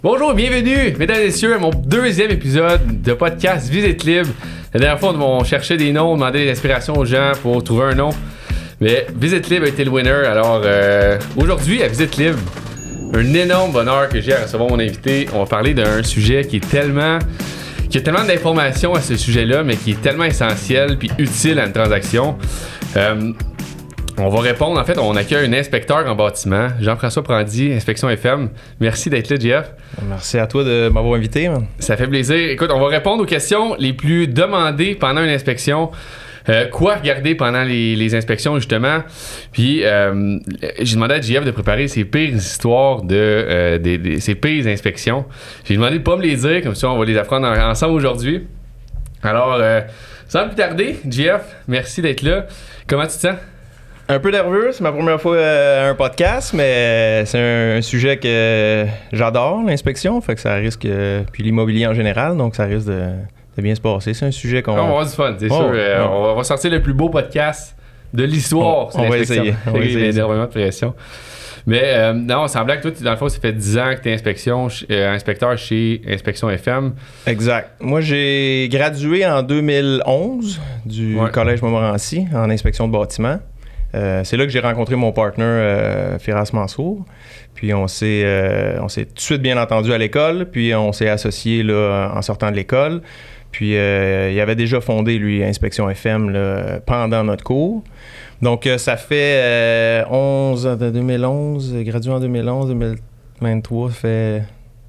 Bonjour, bienvenue, mesdames et messieurs, à mon deuxième épisode de podcast Visite Libre. La dernière fois, on cherchait des noms, on demandait des inspirations aux gens pour trouver un nom. Mais Visite Libre a été le winner. Alors, aujourd'hui, à Visite Libre, un énorme bonheur que j'ai à recevoir mon invité. On va parler d'un sujet qui a tellement d'informations à ce sujet-là, mais qui est tellement essentiel puis utile à une transaction. On va répondre, en fait, on accueille un inspecteur en bâtiment, Jean-François Prandy, Inspection FM. Merci d'être là, Jeff. Merci à toi de m'avoir invité, man. Ça fait plaisir. Écoute, on va répondre aux questions les plus demandées pendant une inspection. Quoi regarder pendant les inspections, justement. Puis, j'ai demandé à JF de préparer ses pires histoires ses pires inspections. J'ai demandé de ne pas me les dire, comme ça, on va les apprendre ensemble aujourd'hui. Alors, sans plus tarder, JF, merci d'être là. Comment tu te sens? Un peu nerveux, c'est ma première fois à un podcast, mais c'est un sujet que j'adore, l'inspection, fait que ça risque, puis l'immobilier en général, donc ça risque de bien se passer. C'est un sujet qu'on... On va avoir du fun, c'est sûr. On va sortir le plus beau podcast de l'histoire. On va essayer. Il y a énormément de pression. Mais non, sans blague, toi, dans le fond, ça fait 10 ans que tu es inspecteur chez Inspection FM. Exact. Moi, j'ai gradué en 2011 du Collège Montmorency en inspection de bâtiment. C'est là que j'ai rencontré mon partner Firas Mansour. Puis on s'est tout de suite bien entendu à l'école. Puis on s'est associé là, en sortant de l'école. Puis il avait déjà fondé, lui, Inspection FM là, pendant notre cours. Donc ça fait 2011, gradué en 2011, 2023, ça fait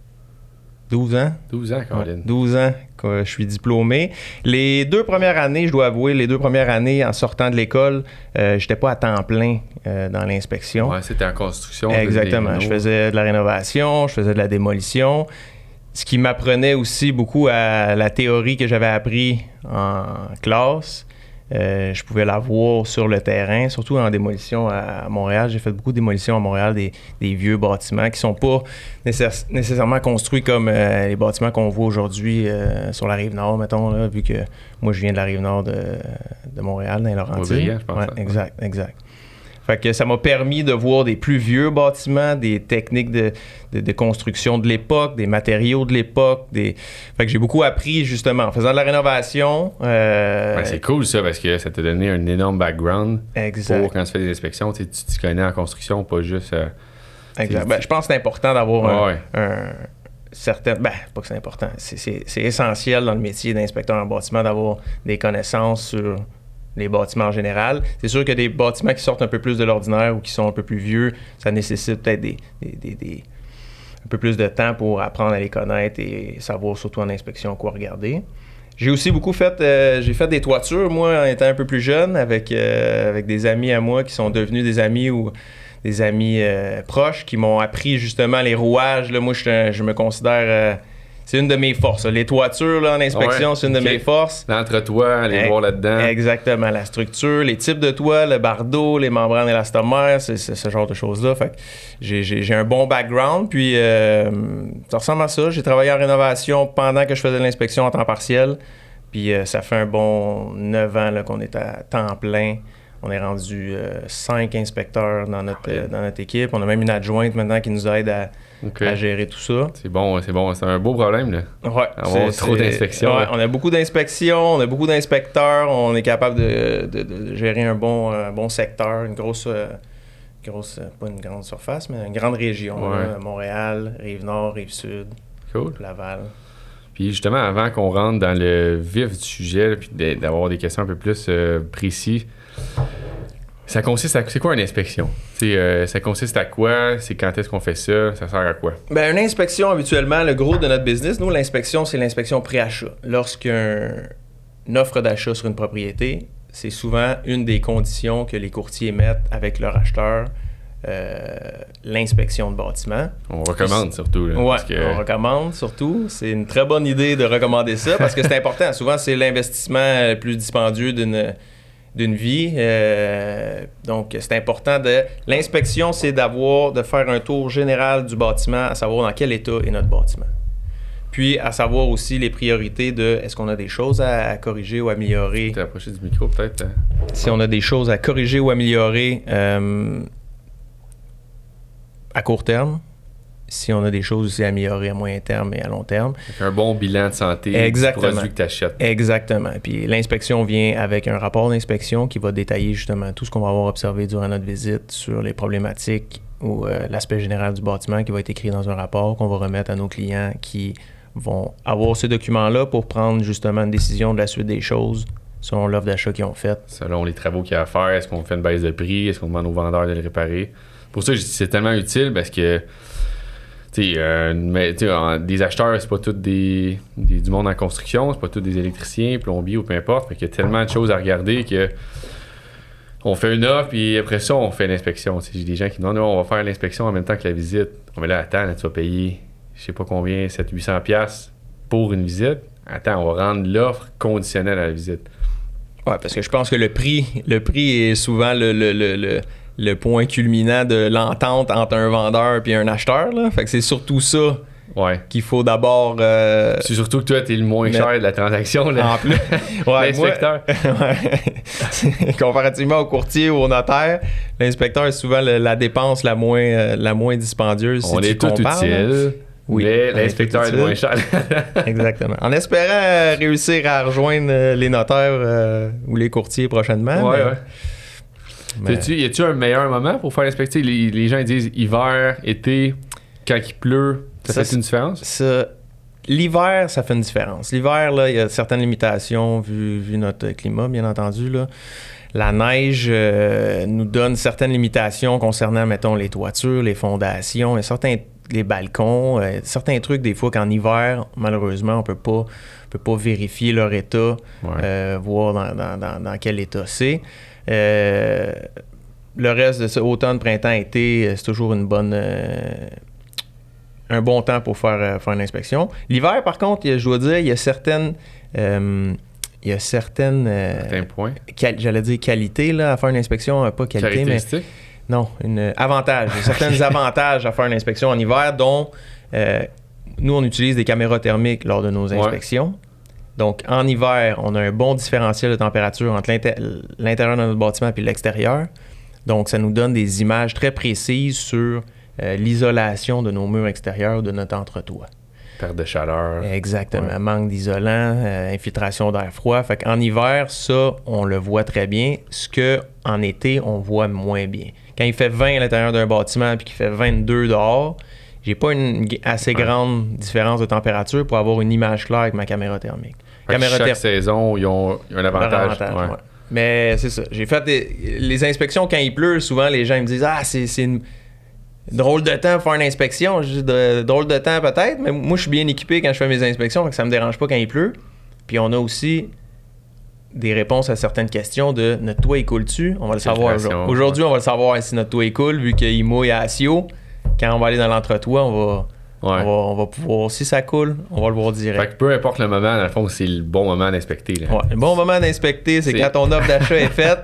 12 ans. 12 ans, Caroline. 12 ans que je suis diplômé. Les 2 premières années, je dois avouer, en sortant de l'école, j'étais pas à temps plein dans l'inspection. Ouais, c'était en construction. Exactement. Je faisais de la rénovation, je faisais de la démolition. Ce qui m'apprenait aussi beaucoup à la théorie que j'avais appris en classe. Je pouvais la voir sur le terrain, surtout en démolition à Montréal. J'ai fait beaucoup de démolitions à Montréal, des vieux bâtiments qui sont pas nécessairement construits comme les bâtiments qu'on voit aujourd'hui sur la Rive-Nord, mettons, là, vu que moi, je viens de la Rive-Nord de Montréal, dans les Laurentides. Je pense. Ouais, exact. Fait que ça m'a permis de voir des plus vieux bâtiments, des techniques de construction de l'époque, des matériaux de l'époque. Fait que j'ai beaucoup appris, justement, en faisant de la rénovation. C'est cool, ça, parce que ça t'a donné un énorme background. Exact. Pour quand tu fais des inspections, tu te connais en construction, pas juste... exact. Je pense que c'est important d'avoir un certain... pas que c'est important. C'est essentiel dans le métier d'inspecteur en bâtiment d'avoir des connaissances sur... les bâtiments en général. C'est sûr que des bâtiments qui sortent un peu plus de l'ordinaire ou qui sont un peu plus vieux, ça nécessite peut-être un peu plus de temps pour apprendre à les connaître et savoir, surtout en inspection, quoi regarder. J'ai aussi beaucoup fait des toitures, moi, en étant un peu plus jeune, avec des amis à moi qui sont devenus des amis ou des amis proches qui m'ont appris justement les rouages. Là, moi, je me considère... c'est une de mes forces. Les toitures là, en inspection, c'est une de mes forces. L'entretoit, aller voir là-dedans. Exactement. La structure, les types de toits, le bardeau, les membranes élastomères, c'est ce genre de choses-là. Fait que j'ai un bon background. Puis, ça ressemble à ça. J'ai travaillé en rénovation pendant que je faisais l'inspection en temps partiel. Puis, ça fait un bon 9 ans là, qu'on est à temps plein. On est rendu 5 inspecteurs dans notre équipe. On a même une adjointe maintenant qui nous aide à gérer tout ça. C'est bon. C'est un beau problème, là. Ouais. Avoir trop d'inspections. Ouais, on a beaucoup d'inspections, on a beaucoup d'inspecteurs. On est capable de gérer un bon secteur, une grosse, pas une grande surface, mais une grande région. Là, Montréal, Rive-Nord, Rive-Sud, cool. Laval. Puis justement, avant qu'on rentre dans le vif du sujet, là, puis d'avoir des questions un peu plus précises, ça consiste à... C'est quoi une inspection? Ça consiste à quoi? C'est quand est-ce qu'on fait ça? Ça sert à quoi? Une inspection, habituellement, le gros de notre business, nous, l'inspection, c'est l'inspection pré-achat. Lorsqu'une offre d'achat sur une propriété, c'est souvent une des conditions que les courtiers mettent avec leur acheteur, l'inspection de bâtiment. On recommande surtout. Là, on recommande surtout. C'est une très bonne idée de recommander ça parce que c'est important. Souvent, c'est l'investissement le plus dispendieux d'une vie. Donc, c'est important L'inspection, c'est de faire un tour général du bâtiment, à savoir dans quel état est notre bâtiment. Puis, à savoir aussi les priorités de est-ce qu'on a des choses à corriger ou améliorer. Tu t'es approché du micro, peut-être? Si on a des choses à corriger ou améliorer à court terme. si on a des choses aussi à améliorer à moyen terme et à long terme. Avec un bon bilan de santé du produit que tu achètes. Exactement. Puis l'inspection vient avec un rapport d'inspection qui va détailler justement tout ce qu'on va avoir observé durant notre visite sur les problématiques ou l'aspect général du bâtiment qui va être écrit dans un rapport qu'on va remettre à nos clients qui vont avoir ce document-là pour prendre justement une décision de la suite des choses selon l'offre d'achat qu'ils ont faite. Selon les travaux qu'il y a à faire, est-ce qu'on fait une baisse de prix, est-ce qu'on demande aux vendeurs de le réparer. Pour ça, je dis c'est tellement utile parce que des acheteurs, c'est pas tous du monde en construction, c'est pas tous des électriciens, plombiers ou peu importe. Fait qu'il y a tellement de choses à regarder que on fait une offre, puis après ça, on fait l'inspection. J'ai des gens qui demandent on va faire l'inspection en même temps que la visite. Mais là, attends, là, tu vas payer, je sais pas combien, 700-800$ pour une visite. Attends, on va rendre l'offre conditionnelle à la visite. Ouais, parce que je pense que le prix est souvent le point culminant de l'entente entre un vendeur et un acheteur. Là. Fait que c'est surtout ça qu'il faut d'abord... C'est surtout que toi, t'es le moins cher de la transaction. Là. En plus. L'inspecteur. Comparativement au courtier ou au notaire, l'inspecteur est souvent la dépense la moins dispendieuse. On est tous utiles. Oui, mais l'inspecteur est moins cher. Exactement. En espérant réussir à rejoindre les notaires ou les courtiers prochainement. Y a-tu un meilleur moment pour faire l'inspecter? Les gens ils disent hiver, été, quand il pleut, ça fait une différence? L'hiver, ça fait une différence. L'hiver, là, il y a certaines limitations vu notre climat, bien entendu. Là. La neige nous donne certaines limitations concernant, mettons, les toitures, les fondations, et les balcons, certains trucs, des fois, qu'en hiver, malheureusement, on peut pas vérifier leur état, voir dans quel état c'est. Le reste de ça, automne, printemps, été, c'est toujours un bon temps pour faire une inspection. L'hiver, par contre, je dois dire, il y a certaines points. J'allais dire qualité là, à faire une inspection, pas qualité, mais non, avantage. Il y a certains avantages à faire une inspection en hiver, dont nous, on utilise des caméras thermiques lors de nos inspections. Donc, en hiver, on a un bon différentiel de température entre l'intérieur de notre bâtiment et l'extérieur. Donc, ça nous donne des images très précises sur l'isolation de nos murs extérieurs, de notre entretoit. Perte de chaleur. Exactement. Manque d'isolant, infiltration d'air froid. Fait qu'en hiver, ça, on le voit très bien. Ce qu'en été, on voit moins bien. Quand il fait 20 à l'intérieur d'un bâtiment puis qu'il fait 22 dehors, j'ai pas une assez grande différence de température pour avoir une image claire avec ma caméra thermique. Chaque saison, ils ont un avantage. Mais c'est ça. J'ai fait les inspections quand il pleut. Souvent, les gens me disent « Ah, c'est une drôle de temps pour faire une inspection. » Je dis « Drôle de temps peut-être, mais moi, je suis bien équipé quand je fais mes inspections, donc ça me dérange pas quand il pleut. » Puis on a aussi des réponses à certaines questions de « Notre toit, il coule-tu? » On va le savoir aujourd'hui. On va le savoir si notre toit, il coule, vu qu'il mouille à Asio. Quand on va aller dans l'entretoit, on va pouvoir, si ça coule, on va le voir direct. Fait que peu importe le moment, dans le fond, c'est le bon moment d'inspecter. Là. Le bon moment d'inspecter, c'est quand ton offre d'achat est faite.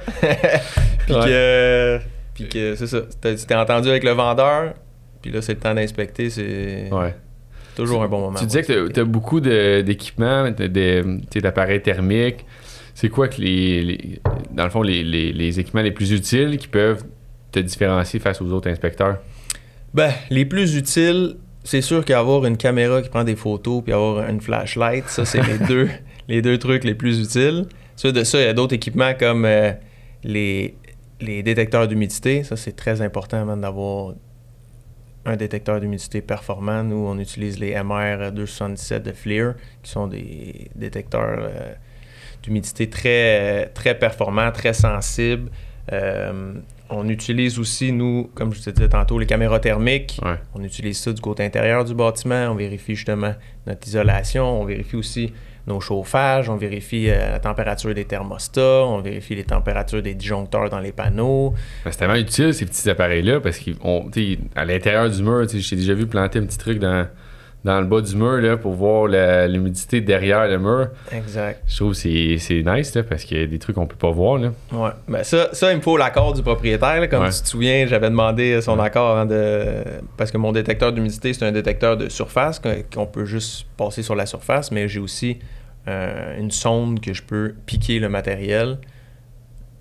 Puis que c'est ça. Tu t'es entendu avec le vendeur, puis là, c'est le temps d'inspecter. C'est toujours un bon moment. Tu disais que tu as beaucoup d'équipements, d'appareils thermiques. C'est quoi que dans le fond, les équipements les plus utiles qui peuvent te différencier face aux autres inspecteurs? Ben, les plus utiles, c'est sûr qu'avoir une caméra qui prend des photos puis avoir une flashlight, ça, c'est les deux trucs les plus utiles. De ça, il y a d'autres équipements comme les détecteurs d'humidité. Ça, c'est très important même d'avoir un détecteur d'humidité performant. Nous, on utilise les MR277 de FLIR, qui sont des détecteurs d'humidité très, très performants, très sensibles. On utilise aussi, nous, comme je te disais tantôt, les caméras thermiques. On utilise ça du côté intérieur du bâtiment. On vérifie justement notre isolation. On vérifie aussi nos chauffages. On vérifie la température des thermostats. On vérifie les températures des disjoncteurs dans les panneaux. C'est tellement utile, ces petits appareils-là, parce qu'à l'intérieur du mur, j'ai déjà vu planter un petit truc dans le bas du mur là, pour voir l'humidité derrière le mur. Exact. Je trouve que c'est nice là, parce qu'il y a des trucs qu'on peut pas voir. Là. Ouais. Ben ça, il me faut l'accord du propriétaire. Là. Comme tu te souviens, j'avais demandé son accord parce que mon détecteur d'humidité, c'est un détecteur de surface qu'on peut juste passer sur la surface, mais j'ai aussi une sonde que je peux piquer le matériel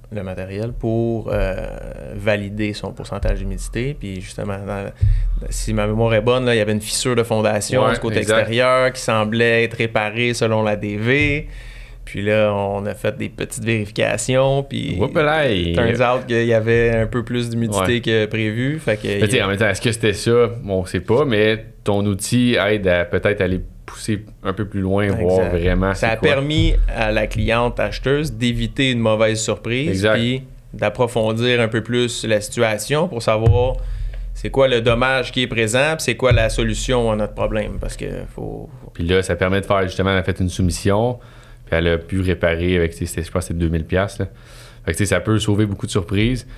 le matériel pour valider son pourcentage d'humidité. Puis justement, si ma mémoire est bonne, là, il y avait une fissure de fondation du côté extérieur qui semblait être réparée selon la DV. Puis là, on a fait des petites vérifications, puis turns out qu'il y avait un peu plus d'humidité que prévu. Fait que en même temps, est-ce que c'était ça? On sait pas, mais ton outil aide à peut-être aller pousser un peu plus loin, voir vraiment ça a permis à la cliente acheteuse d'éviter une mauvaise surprise, puis d'approfondir un peu plus la situation pour savoir c'est quoi le dommage qui est présent, puis c'est quoi la solution à notre problème. Parce que faut... Puis là, ça permet de faire, justement, elle a fait une soumission, puis elle a pu réparer avec, je pense que c'est 2000$. Là. Fait que ça peut sauver beaucoup de surprises.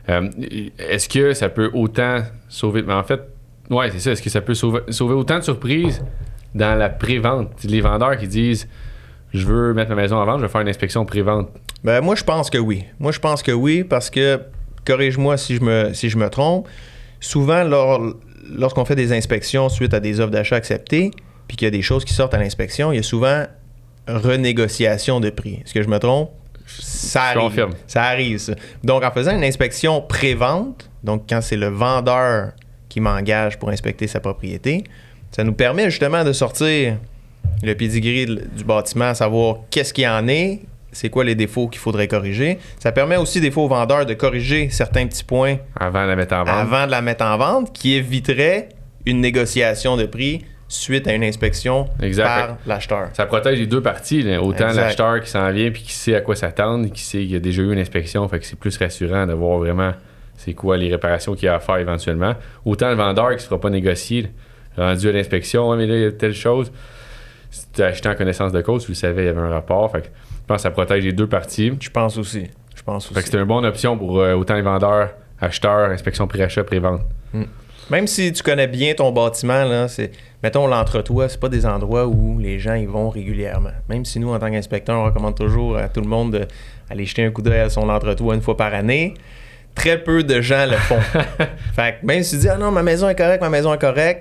Est-ce que ça peut autant sauver... Mais en fait, ouais, c'est ça. Est-ce que ça peut sauver autant de surprises dans la pré-vente? Les vendeurs qui disent « Je veux mettre ma maison en vente, je vais faire une inspection pré-vente. » Ben, moi, je pense que oui. Parce que, corrige-moi si je me trompe, souvent, lorsqu'on fait des inspections suite à des offres d'achat acceptées, puis qu'il y a des choses qui sortent à l'inspection, il y a souvent renégociation de prix. Est-ce que je me trompe? Ça arrive. Confirme. Ça arrive, ça. Donc, en faisant une inspection pré-vente, donc quand c'est le vendeur qui m'engage pour inspecter sa propriété, ça nous permet justement de sortir le pedigree du bâtiment, savoir qu'est-ce qu'il y en est, c'est quoi les défauts qu'il faudrait corriger. Ça permet aussi des fois aux vendeurs de corriger certains petits points avant de la mettre en vente, qui éviterait une négociation de prix suite à une inspection par l'acheteur. Ça protège les deux parties, là. Autant l'acheteur qui s'en vient puis qui sait à quoi s'attendre, qui sait qu'il y a déjà eu une inspection, fait que c'est plus rassurant de voir vraiment c'est quoi les réparations qu'il y a à faire éventuellement. Autant le vendeur qui ne se fera pas négocier, rendu à l'inspection, mais là, il y a telle chose. Si tu as acheté en connaissance de cause, tu le savais, il y avait un rapport. Fait que je pense que ça protège les deux parties. Je pense aussi. Fait que c'est une bonne option pour autant les vendeurs, acheteurs, inspection pré-achat, pré-vente. Même si tu connais bien ton bâtiment, là, mettons l'entretoit, c'est pas des endroits où les gens y vont régulièrement. Même si nous, en tant qu'inspecteurs, on recommande toujours à tout le monde d'aller jeter un coup d'œil à son entretoit une fois par année. Très peu de gens le font. Fait que même si tu dis « Ah non, ma maison est correcte »,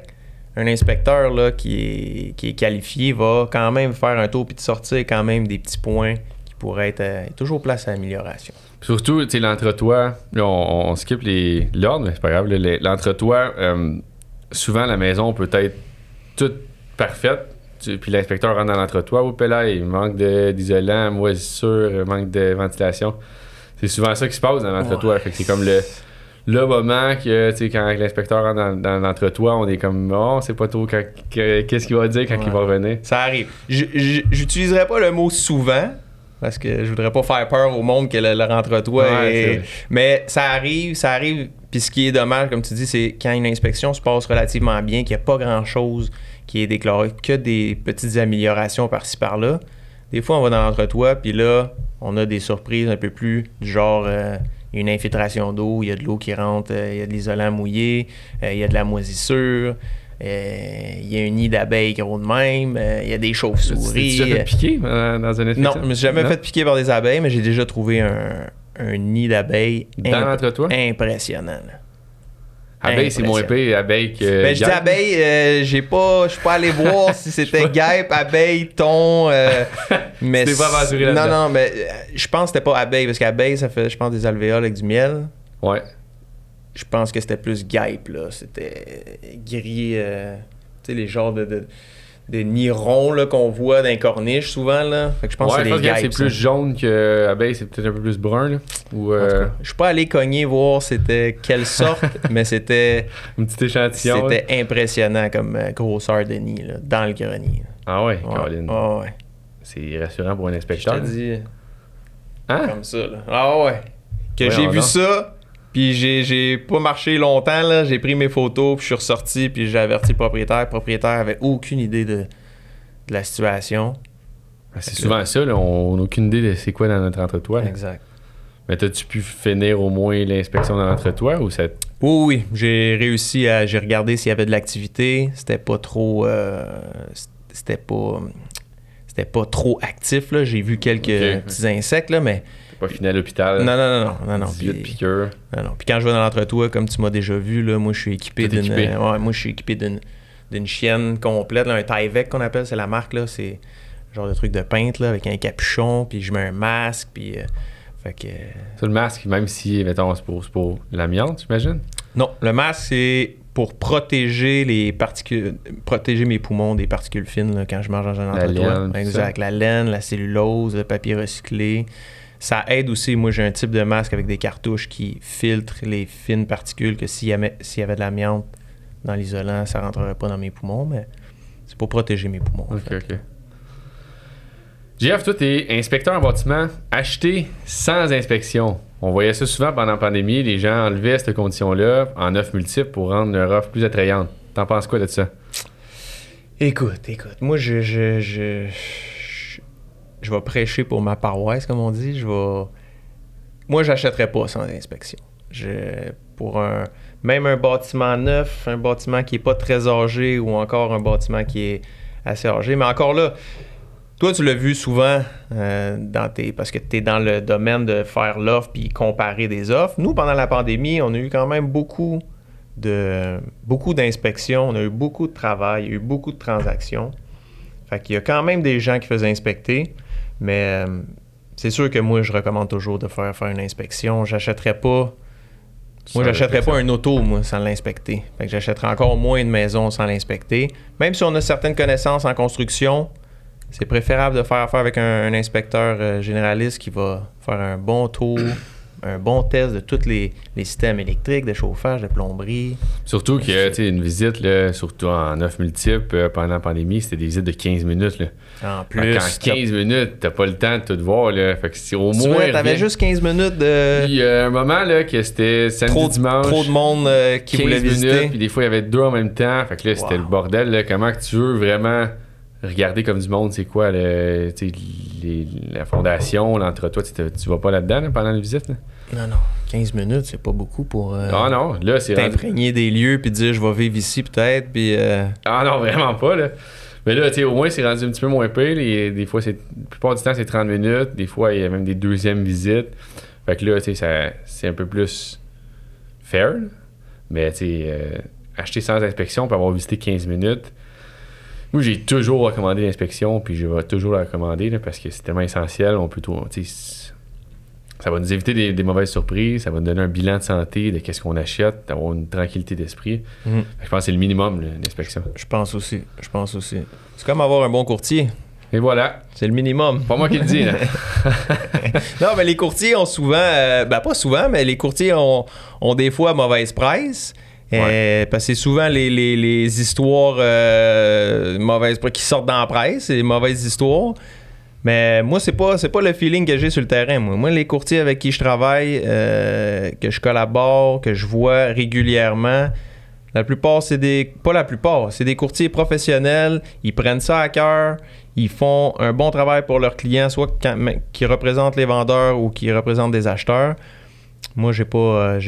un inspecteur là, qui est qualifié va quand même faire un tour puis te sortir quand même des petits points qui pourraient être toujours place à amélioration. Surtout, tu sais, l'entretoit, là, on skip l'ordre, mais c'est pas grave. L'entretoit, souvent, la maison peut être toute parfaite, puis l'inspecteur rentre dans l'entretoit, là, il manque d'isolant, moisissure, manque de ventilation. C'est souvent ça qui se passe dans l'entretoit. Ouais. Fait que c'est comme le moment que, tu sais, quand l'inspecteur rentre dans l'entretoit, on est comme, on sait pas trop qu'est-ce qu'il va dire quand il va revenir. Ça arrive. J'utiliserais pas le mot souvent, parce que je voudrais pas faire peur au monde que le rentre-toit mais ça arrive. Puis ce qui est dommage, comme tu dis, c'est quand une inspection se passe relativement bien, qu'il n'y a pas grand-chose qui est déclaré, que des petites améliorations par-ci par-là. Des fois, on va dans l'entre-toit, puis là, on a des surprises un peu plus du genre une infiltration d'eau, il y a de l'eau qui rentre, il y a de l'isolant mouillé, il y a de la moisissure. Il y a un nid d'abeilles gros de même, il y a des chauves-souris. Tu t'es déjà fait piquer dans un inspection? Non, je me suis jamais fait piquer par des abeilles, mais j'ai déjà trouvé un nid d'abeilles dans l'entre-toit? Impressionnant. Abeille, c'est moins épais, abeille que. Ben, je dis abeille, je suis pas allé voir si c'était guêpe, abeille, thon. Mais t'es pas aventuré là-dedans. Non, mais je pense que c'était pas abeille, parce qu'abeille, ça fait, je pense, des alvéoles avec du miel. Ouais. Je pense que c'était plus guêpe, là. C'était grillé, tu sais, les genres de nids ronds là, qu'on voit dans les corniches souvent, là. Fait que je pense que c'est des guêpes. C'est plus jaune que abeille, c'est peut-être un peu plus brun, là. Ou, je suis pas allé cogner voir c'était quelle sorte, mais c'était... Un petit échantillon. C'était impressionnant comme grosseur de nid, là, dans le grenier. Ah ouais, Caroline. Ah ouais. C'est rassurant pour un inspecteur. Je te dis... Hein? Comme ça, là. Ah ouais. Que j'ai vu ça... Puis j'ai pas marché longtemps, là. J'ai pris mes photos, puis je suis ressorti, puis j'ai averti le propriétaire. Le propriétaire avait aucune idée de la situation. C'est souvent ça, là. On n'a aucune idée de c'est quoi dans notre entretoit. Exact. Mais t'as-tu pu finir au moins l'inspection dans l'entretoit ou ça... Oui. J'ai réussi j'ai regardé s'il y avait de l'activité. C'était pas trop... C'était pas trop actif, là. J'ai vu quelques petits insectes, là, mais... Pas fini à l'hôpital. Non. 18 piqûres. Non. Puis quand je vais dans l'entretoit, comme tu m'as déjà vu, là, moi je suis équipé d'une chienne complète, là, un Tyvek qu'on appelle, c'est la marque, là, c'est genre de truc de peintre là, avec un capuchon, puis je mets un masque, puis Fait que... Ça, le masque, même si, mettons, c'est pour l'amiante, j'imagine? Non, le masque, c'est pour protéger les particules, protéger mes poumons des particules fines là, quand je marche dans un entretoit. Exact. La laine, la cellulose, le papier recyclé. Ça aide aussi. Moi, j'ai un type de masque avec des cartouches qui filtrent les fines particules que s'il y avait de l'amiante dans l'isolant, ça rentrerait pas dans mes poumons, mais c'est pour protéger mes poumons. OK. JF, toi, t'es inspecteur en bâtiment acheté sans inspection. On voyait ça souvent pendant la pandémie. Les gens enlevaient cette condition-là en offre multiple pour rendre leur offre plus attrayante. T'en penses quoi de ça? Écoute. Moi, je vais prêcher pour ma paroisse, comme on dit. Moi, j'achèterais pas sans inspection. Même un bâtiment neuf, un bâtiment qui est pas très âgé ou encore un bâtiment qui est assez âgé. Mais encore là, toi, tu l'as vu souvent parce que tu es dans le domaine de faire l'offre puis comparer des offres. Nous, pendant la pandémie, on a eu quand même beaucoup d'inspections, on a eu beaucoup de travail, il y a eu beaucoup de transactions. Fait qu'il y a quand même des gens qui faisaient inspecter, mais c'est sûr que moi, je recommande toujours de faire une inspection. J'achèterais pas un auto, moi, sans l'inspecter. Fait que j'achèterais encore moins une maison sans l'inspecter. Même si on a certaines connaissances en construction, c'est préférable de faire affaire avec un inspecteur généraliste qui va faire un bon tour, un bon test de tous les systèmes électriques, de chauffage, de plomberie. Surtout que, tu sais, une visite, là, surtout en offre multiple, pendant la pandémie, c'était des visites de 15 minutes. Là. En plus. En 15 minutes, t'as pas le temps de tout voir. Là. Fait que c'est au moins. T'avais juste 15 minutes de. Puis, il y a un moment là, que c'était samedi, dimanche. Trop de monde qui voulait visiter. Puis des fois, il y avait 2 en même temps. Fait que là, c'était le bordel. Là. Comment que tu veux vraiment regarder comme du monde, c'est quoi la fondation, l'entretoit, tu vas pas là-dedans là, pendant la visite? Là? Non. 15 minutes, c'est pas beaucoup pour non, là, c'est t'imprégner des lieux puis dire je vais vivre ici peut-être. Puis Ah non, vraiment pas. Là. Mais là, tu sais, au moins, c'est rendu un petit peu moins pire. Des fois, la plupart du temps, c'est 30 minutes. Des fois, il y a même des deuxièmes visites. Fait que là, tu sais, c'est un peu plus fair. Là. Mais tu sais, acheter sans inspection pour avoir visité 15 minutes. Moi, j'ai toujours recommandé l'inspection, puis je vais toujours la recommander là, parce que c'est tellement essentiel. On peut tout, ça va nous éviter des mauvaises surprises, ça va nous donner un bilan de santé de qu'est-ce qu'on achète, d'avoir une tranquillité d'esprit. Je pense que c'est le minimum, là, l'inspection. Je pense aussi. C'est comme avoir un bon courtier. Et voilà. C'est le minimum. Pas moi qui le dis, là. Non, mais les courtiers ont souvent... pas souvent, mais les courtiers ont des fois mauvaise presse. Parce que c'est souvent les histoires mauvaises qui sortent dans la presse, les mauvaises histoires. Mais moi, c'est pas le feeling que j'ai sur le terrain. Moi, les courtiers avec qui je travaille, que je collabore, que je vois régulièrement, la plupart, c'est des courtiers professionnels. Ils prennent ça à cœur. Ils font un bon travail pour leurs clients, soit qui représentent les vendeurs ou qui représentent des acheteurs. Moi, j'ai pas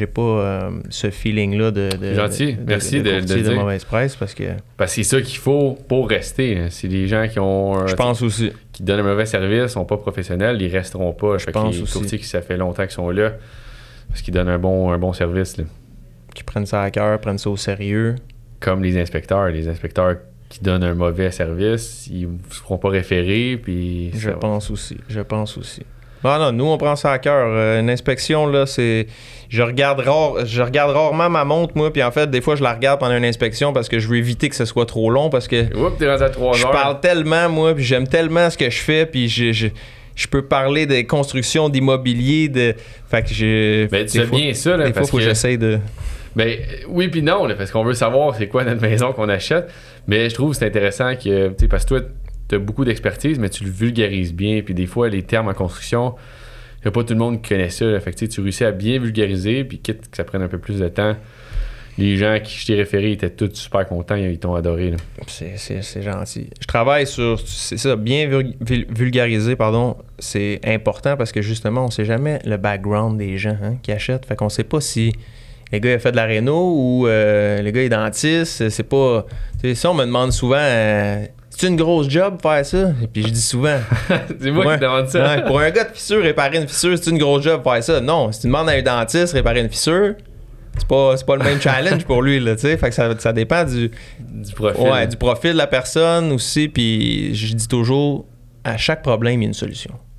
ce feeling-là de gentil. Merci de dire. Mauvaise presse parce que c'est ça qu'il faut pour rester. Hein. C'est des gens qui ont... Je pense aussi. Qui donnent un mauvais service, sont pas professionnels, ils resteront pas. Je pense les aussi. courtiers qui ça fait longtemps qu'ils sont là parce qu'ils donnent un bon service. Là. Qui prennent ça à cœur, prennent ça au sérieux. Comme les inspecteurs. Les inspecteurs qui donnent un mauvais service, ils ne se feront pas référer. Puis je pense aussi. Non, nous, on prend ça à cœur. Une inspection, là, c'est... Je regarde rarement ma montre, moi, puis en fait, des fois, je la regarde pendant une inspection parce que je veux éviter que ce soit trop long, parce que... Oups, t'es rendu à 3 heures. Je parle tellement, moi, puis j'aime tellement ce que je fais, puis je peux parler de construction, d'immobilier, Fait que j'ai... Ben, tu sais bien ça, là, des fois, il faut que j'essaye de... Ben, oui puis non, là, parce qu'on veut savoir c'est quoi notre maison qu'on achète, mais je trouve que c'est intéressant que, tu sais, parce que toi... tu as beaucoup d'expertise, mais tu le vulgarises bien. Puis des fois, les termes en construction, il n'y a pas tout le monde qui connaît ça. Là. Fait que tu réussis à bien vulgariser, puis quitte que ça prenne un peu plus de temps. Les gens à qui je t'ai référé étaient tous super contents, ils t'ont adoré. Là. C'est gentil. Je travaille sur... C'est ça, bien vulgariser, c'est important parce que justement, on ne sait jamais le background des gens qui achètent. Fait qu'on ne sait pas si le gars a fait de la réno ou le gars est dentiste. C'est pas... Ça, on me demande souvent... c'est une grosse job faire ça? Et puis je dis souvent. C'est moi qui demande ça. Ouais, pour un gars de fissure, réparer une fissure, c'est une grosse job faire ça. Non, si tu demandes à un dentiste réparer une fissure, c'est pas le même challenge pour lui, là, tu sais. Fait que ça dépend du profil. Ouais, du profil de la personne aussi. Puis je dis toujours, à chaque problème, il y a une solution.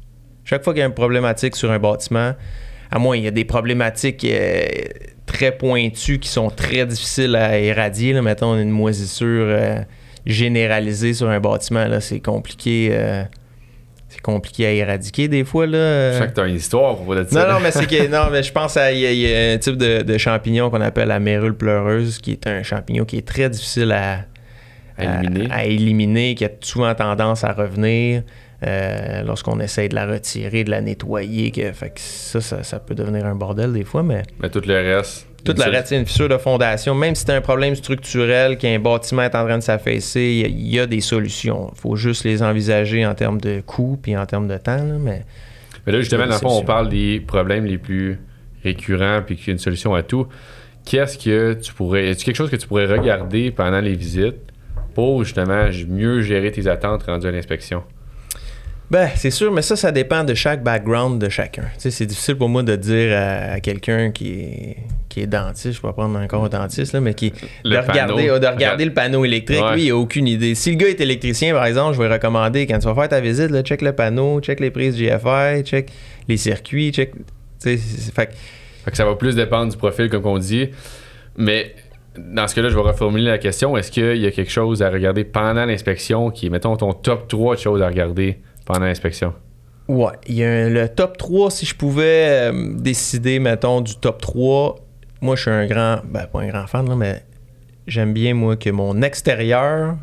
Chaque fois qu'il y a une problématique sur un bâtiment, à moins il y a des problématiques très pointues qui sont très difficiles à éradier. Là. Mettons une moisissure généralisée sur un bâtiment, là, c'est compliqué. C'est compliqué à éradiquer des fois. Là. Je sais que tu as une histoire pour de ça. Non, mais c'est que non, mais je pense qu'il y a un type de champignon qu'on appelle la mérule pleureuse, qui est un champignon qui est très difficile à éliminer, qui a souvent tendance à revenir lorsqu'on essaie de la retirer, de la nettoyer. Fait que ça peut devenir un bordel des fois, mais tout le reste... Tout le reste, c'est une fissure de fondation. Même si c'est un problème structurel, qu'un bâtiment est en train de s'affaisser, il y a des solutions. Il faut juste les envisager en termes de coût puis en termes de temps. Là, mais là, justement, dans le fond, on parle des problèmes les plus récurrents puis qu'il y a une solution à tout. Qu'est-ce que tu pourrais... Est-ce quelque chose que tu pourrais regarder pendant les visites pour, justement, mieux gérer tes attentes rendues à l'inspection? Ben, c'est sûr, mais ça dépend de chaque background de chacun. Tu sais, c'est difficile pour moi de dire à quelqu'un qui est dentiste, je vais pas prendre encore un dentiste, là, mais de regarder le panneau électrique. Ouais. Lui, il a aucune idée. Si le gars est électricien, par exemple, je vais recommander, quand tu vas faire ta visite, là, check le panneau, check les prises GFI, check les circuits, check... Fait que ça va plus dépendre du profil, comme on dit. Mais... Dans ce cas-là, je vais reformuler la question. Est-ce qu'il y a quelque chose à regarder pendant l'inspection qui est, mettons, ton top 3 de choses à regarder pendant l'inspection? Ouais. Il y a le top 3, si je pouvais décider, mettons, du top 3. Moi, je suis un grand... Ben, pas un grand fan, là, mais j'aime bien, moi, que mon extérieur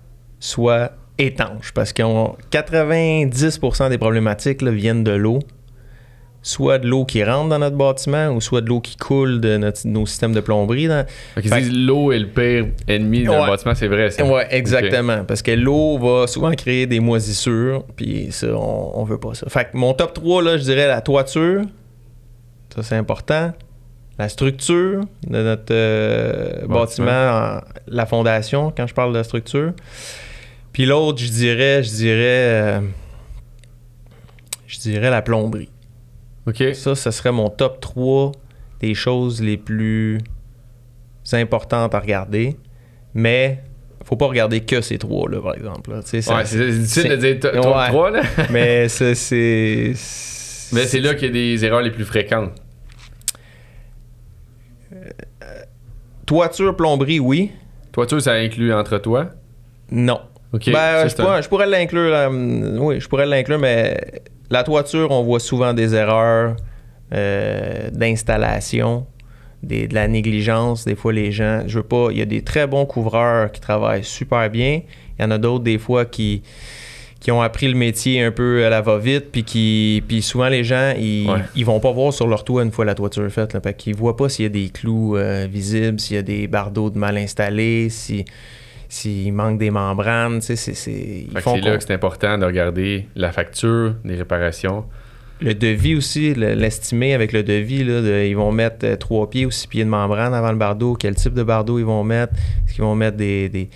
soit étanche. Parce que 90% des problématiques là, viennent de l'eau. Soit de l'eau qui rentre dans notre bâtiment ou soit de l'eau qui coule de nos systèmes de plomberie. L'eau est le pire ennemi d'un bâtiment, c'est vrai ça? Oui, exactement. Okay. Parce que l'eau va souvent créer des moisissures, puis ça, on veut pas ça. Fait que mon top 3, là, je dirais la toiture. Ça, c'est important. La structure de notre bâtiment, la fondation, quand je parle de structure. Puis l'autre, je dirais la plomberie. Okay. Ça serait mon top 3 des choses les plus importantes à regarder. Mais faut pas regarder que ces 3-là, par exemple. Là. C'est difficile de dire top 3, là. Mais c'est... Mais c'est là qu'il y a des erreurs les plus fréquentes. Toiture, plomberie, oui. Toiture, ça inclut entre toi? Non. Okay. Ben, je pourrais l'inclure. Oui, je pourrais l'inclure, mais... La toiture, on voit souvent des erreurs d'installation, de la négligence. Des fois, les gens... il y a des très bons couvreurs qui travaillent super bien. Il y en a d'autres, des fois, qui ont appris le métier un peu à la va-vite, puis souvent, les gens, ils vont pas voir sur leur toit une fois la toiture est faite. Là, parce qu'ils voient pas s'il y a des clous visibles, s'il y a des bardeaux de mal installés, s'il manque des membranes, tu sais, c'est là que c'est important de regarder la facture, les réparations. Le devis aussi, l'estimer avec le devis, là, ils vont mettre 3 pieds ou 6 pieds de membrane avant le bardeau. Quel type de bardeau ils vont mettre? Est-ce qu'ils vont mettre des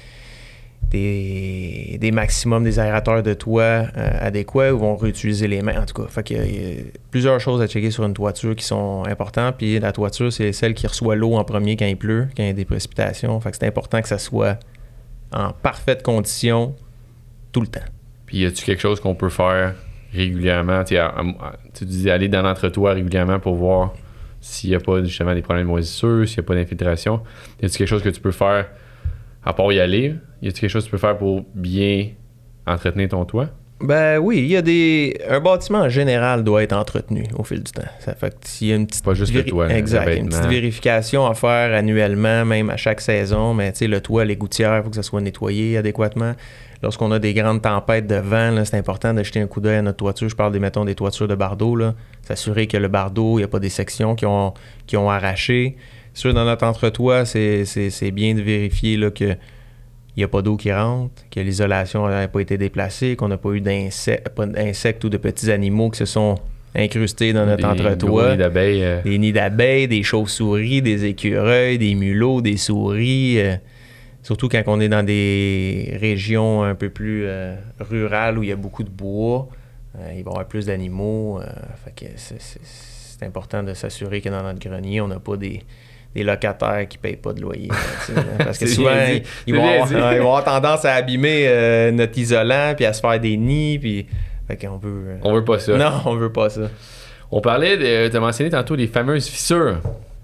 maximums des aérateurs de toit adéquats ou vont réutiliser les mains? En tout cas, fait qu'il y a plusieurs choses à checker sur une toiture qui sont importantes. Puis la toiture, c'est celle qui reçoit l'eau en premier quand il pleut, quand il y a des précipitations. Fait que c'est important que ça soit en parfaite condition tout le temps. Puis y a-tu quelque chose qu'on peut faire régulièrement? Tu dis aller dans l'entretoit régulièrement pour voir s'il n'y a pas justement des problèmes de moisissure, s'il n'y a pas d'infiltration. Y a-tu quelque chose que tu peux faire à part y aller? Y a-tu quelque chose que tu peux faire pour bien entretenir ton toit? Ben oui, il y a un bâtiment en général doit être entretenu au fil du temps. Ça fait que s'il y a une petite pas juste le toit, exact, une petite vérification à faire annuellement, même à chaque saison, mais tu sais, le toit, les gouttières, il faut que ça soit nettoyé adéquatement. Lorsqu'on a des grandes tempêtes de vent, là, c'est important de jeter un coup d'œil à notre toiture. Je parle des toitures de bardeaux, là. S'assurer que le bardeau, il n'y a pas des sections qui ont arraché. Sûr, dans notre entretoit, c'est bien de vérifier là, que il n'y a pas d'eau qui rentre, que l'isolation n'a pas été déplacée, qu'on n'a pas eu d'insectes ou de petits animaux qui se sont incrustés dans notre entretoit. Des nids d'abeilles. Des nids d'abeilles, des chauves-souris, des écureuils, des mulots, des souris. Surtout quand on est dans des régions un peu plus rurales où il y a beaucoup de bois, il va y avoir plus d'animaux. Fait que c'est important de s'assurer que dans notre grenier, on n'a pas des locataires qui ne payent pas de loyer. Parce que souvent, ils vont avoir tendance à abîmer notre isolant puis à se faire des nids. Puis Fait qu'on veut... On veut pas ça. Non, on veut pas ça. On parlait de... T'as mentionné tantôt les fameuses fissures.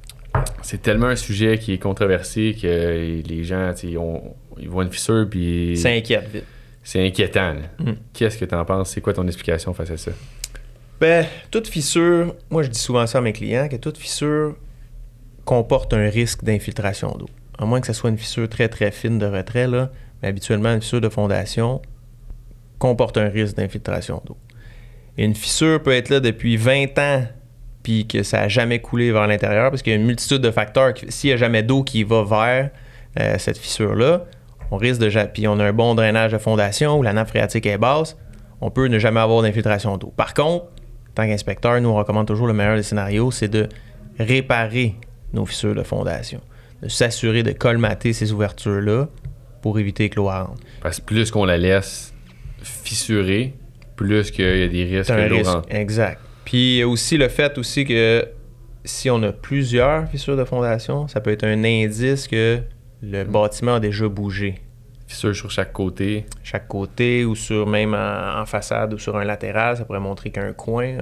C'est tellement un sujet qui est controversé que les gens, ils voient une fissure puis... Ça inquiète vite. C'est inquiétant. Qu'est-ce que t'en penses? C'est quoi ton explication face à ça? Ben, toute fissure... Moi, je dis souvent ça à mes clients, que toute fissure comporte un risque d'infiltration d'eau. À moins que ce soit une fissure très, très fine de retrait, là, mais habituellement, une fissure de fondation comporte un risque d'infiltration d'eau. Et une fissure peut être là depuis 20 ans puis que ça n'a jamais coulé vers l'intérieur parce qu'il y a une multitude de facteurs. S'il n'y a jamais d'eau qui va vers cette fissure-là, on risque de... Puis on a un bon drainage de fondation où la nappe phréatique est basse, on peut ne jamais avoir d'infiltration d'eau. Par contre, en tant qu'inspecteur, nous, on recommande toujours le meilleur des scénarios, c'est de réparer nos fissures de fondation, de s'assurer de colmater ces ouvertures-là pour éviter que l'eau rentre. Parce que plus qu'on la laisse fissurer, plus qu'il y a des risques que l'eau rentre. Exact. Puis il y a aussi le fait aussi que si on a plusieurs fissures de fondation, ça peut être un indice que le bâtiment a déjà bougé. Fissures sur chaque côté. Chaque côté ou sur même en façade ou sur un latéral, ça pourrait montrer qu'un coin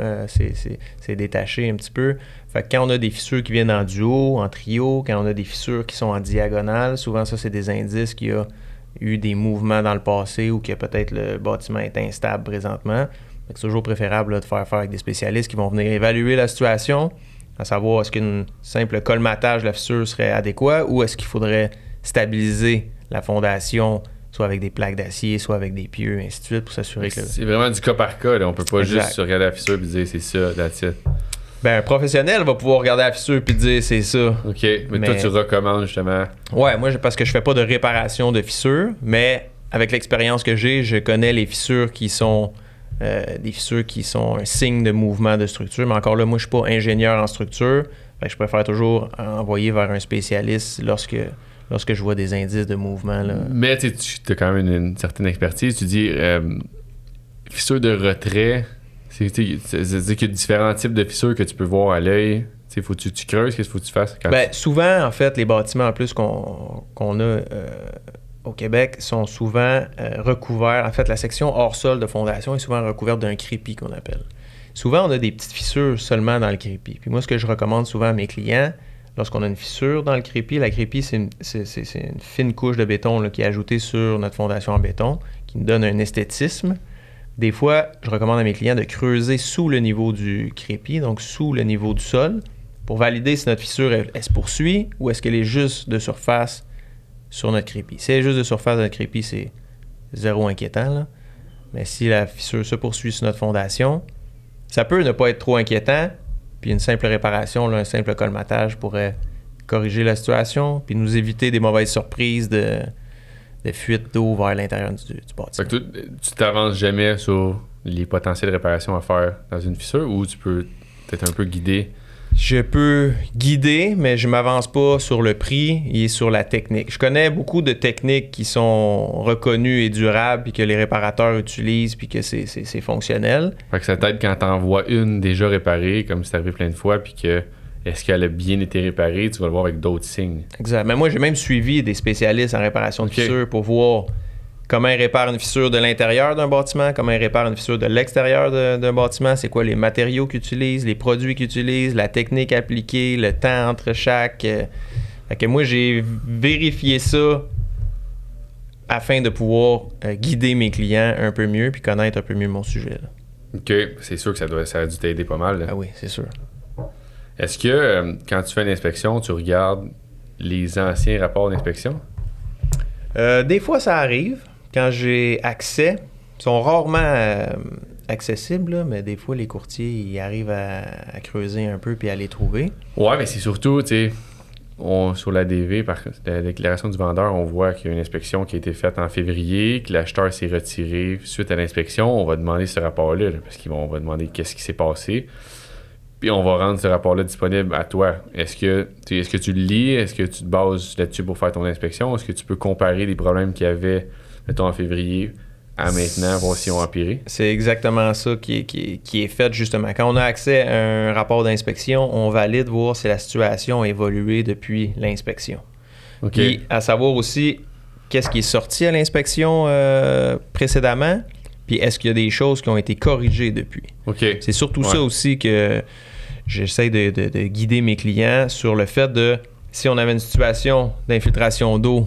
c'est détaché un petit peu. Fait que quand on a des fissures qui viennent en duo, en trio, quand on a des fissures qui sont en diagonale, souvent ça c'est des indices qu'il y a eu des mouvements dans le passé ou que peut-être le bâtiment est instable présentement. Fait que c'est toujours préférable là, de faire affaire avec des spécialistes qui vont venir évaluer la situation, à savoir est-ce qu'un simple colmatage de la fissure serait adéquat ou est-ce qu'il faudrait stabiliser la fondation, soit avec des plaques d'acier, soit avec des pieux, et ainsi de suite, pour s'assurer que... C'est vraiment du cas par cas, là. On peut pas Exact. juste regarder la fissure et dire c'est ça, that's it. Ben, un professionnel va pouvoir regarder la fissure puis dire c'est ça. OK, mais toi, tu recommandes justement... Ouais, moi, parce que je fais pas de réparation de fissures, mais avec l'expérience que j'ai, je connais les fissures qui sont... des fissures qui sont un signe de mouvement de structure. Mais encore là, moi, je suis pas ingénieur en structure. Fait que je préfère toujours envoyer vers un spécialiste lorsque je vois des indices de mouvement. Là. Mais tu as quand même une certaine expertise. Tu dis fissure de retrait, c'est-à-dire qu'il y a différents types de fissures que tu peux voir à l'œil. Faut tu creuses, qu'est-ce qu'il faut que tu fasses? Souvent, en fait, les bâtiments en plus qu'on a au Québec sont souvent recouverts. En fait, la section hors sol de fondation est souvent recouverte d'un crépi qu'on appelle. Souvent, on a des petites fissures seulement dans le crépi. Puis moi, ce que je recommande souvent à mes clients, lorsqu'on a une fissure dans le crépi, la crépi, c'est une fine couche de béton là, qui est ajoutée sur notre fondation en béton, qui nous donne un esthétisme. Des fois, je recommande à mes clients de creuser sous le niveau du crépi, donc sous le niveau du sol, pour valider si notre fissure, elle se poursuit ou est-ce qu'elle est juste de surface sur notre crépi. Si elle est juste de surface de notre crépi, c'est zéro inquiétant. Là. Mais si la fissure se poursuit sur notre fondation, ça peut ne pas être trop inquiétant, puis une simple réparation, là, un simple colmatage pourrait corriger la situation, puis nous éviter des mauvaises surprises de fuite d'eau vers l'intérieur du bâtiment. Fait que tu t'avances jamais sur les potentielles réparations à faire dans une fissure ou tu peux peut-être un peu guider? Je peux guider, mais je ne m'avance pas sur le prix et sur la technique. Je connais beaucoup de techniques qui sont reconnues et durables, puis que les réparateurs utilisent, puis que c'est fonctionnel. Fait que ça t'aide quand t'en vois une déjà réparée, comme c'est arrivé plein de fois, puis que est-ce qu'elle a bien été réparée, tu vas le voir avec d'autres signes. Exact. Mais moi, j'ai même suivi des spécialistes en réparation de fissures pour voir comment ils réparent une fissure de l'intérieur d'un bâtiment, comment ils réparent une fissure de l'extérieur d'un bâtiment, c'est quoi les matériaux qu'ils utilisent, les produits qu'ils utilisent, la technique appliquée, le temps entre chaque. Fait que moi, j'ai vérifié ça afin de pouvoir guider mes clients un peu mieux puis connaître un peu mieux mon sujet. Là. OK. C'est sûr que ça a dû t'aider pas mal. Là. Ah oui, c'est sûr. Est-ce que quand tu fais une inspection, tu regardes les anciens rapports d'inspection? Des fois, ça arrive. Quand j'ai accès, ils sont rarement accessibles, là, mais des fois, les courtiers ils arrivent à creuser un peu puis à les trouver. Ouais, mais c'est surtout, tu sais, sur l'ADV, par la déclaration du vendeur, on voit qu'il y a une inspection qui a été faite en février, que l'acheteur s'est retiré suite à l'inspection. On va demander ce rapport-là, parce qu'on va demander qu'est-ce qui s'est passé. Puis on va rendre ce rapport-là disponible à toi. Est-ce que tu le lis? Est-ce que tu te bases là-dessus pour faire ton inspection? Est-ce que tu peux comparer les problèmes qu'il y avait, mettons, en février à maintenant, voir s'ils ont empiré? C'est exactement ça qui est fait, justement. Quand on a accès à un rapport d'inspection, on valide voir si la situation a évolué depuis l'inspection. Okay. Puis, à savoir aussi, qu'est-ce qui est sorti à l'inspection précédemment, Puis est-ce qu'il y a des choses qui ont été corrigées depuis? C'est surtout ça aussi que j'essaie de guider mes clients sur le fait de, si on avait une situation d'infiltration d'eau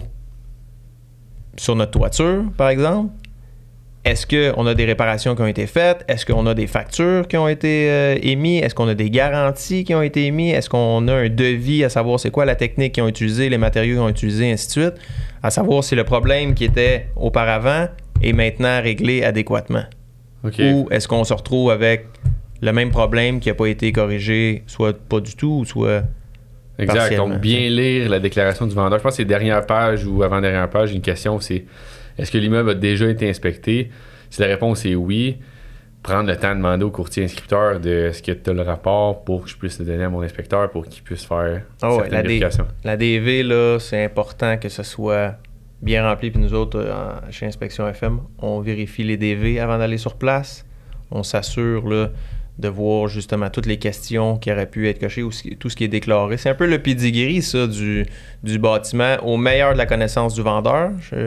sur notre toiture, par exemple, est-ce qu'on a des réparations qui ont été faites? Est-ce qu'on a des factures qui ont été émises? Est-ce qu'on a des garanties qui ont été émises? Est-ce qu'on a un devis à savoir c'est quoi la technique qu'ils ont utilisée, les matériaux qu'ils ont utilisés, ainsi de suite? À savoir si le problème qui était auparavant est maintenant réglé adéquatement. Ou est-ce qu'on se retrouve avec le même problème qui n'a pas été corrigé, soit pas du tout, ou soit exact. Donc, bien lire la déclaration du vendeur. Je pense que c'est dernière page ou avant-dernière page, une question, c'est est-ce que l'immeuble a déjà été inspecté? Si la réponse est oui, prendre le temps de demander au courtier inscripteur de est-ce que tu as le rapport pour que je puisse le donner à mon inspecteur pour qu'il puisse faire certaines vérifications. La DV, là, c'est important que ce soit bien rempli. Puis nous autres, chez Inspection FM, on vérifie les DV avant d'aller sur place. On s'assure là, de voir justement toutes les questions qui auraient pu être cochées ou tout ce qui est déclaré. C'est un peu le pedigree, ça, du bâtiment, au meilleur de la connaissance du vendeur.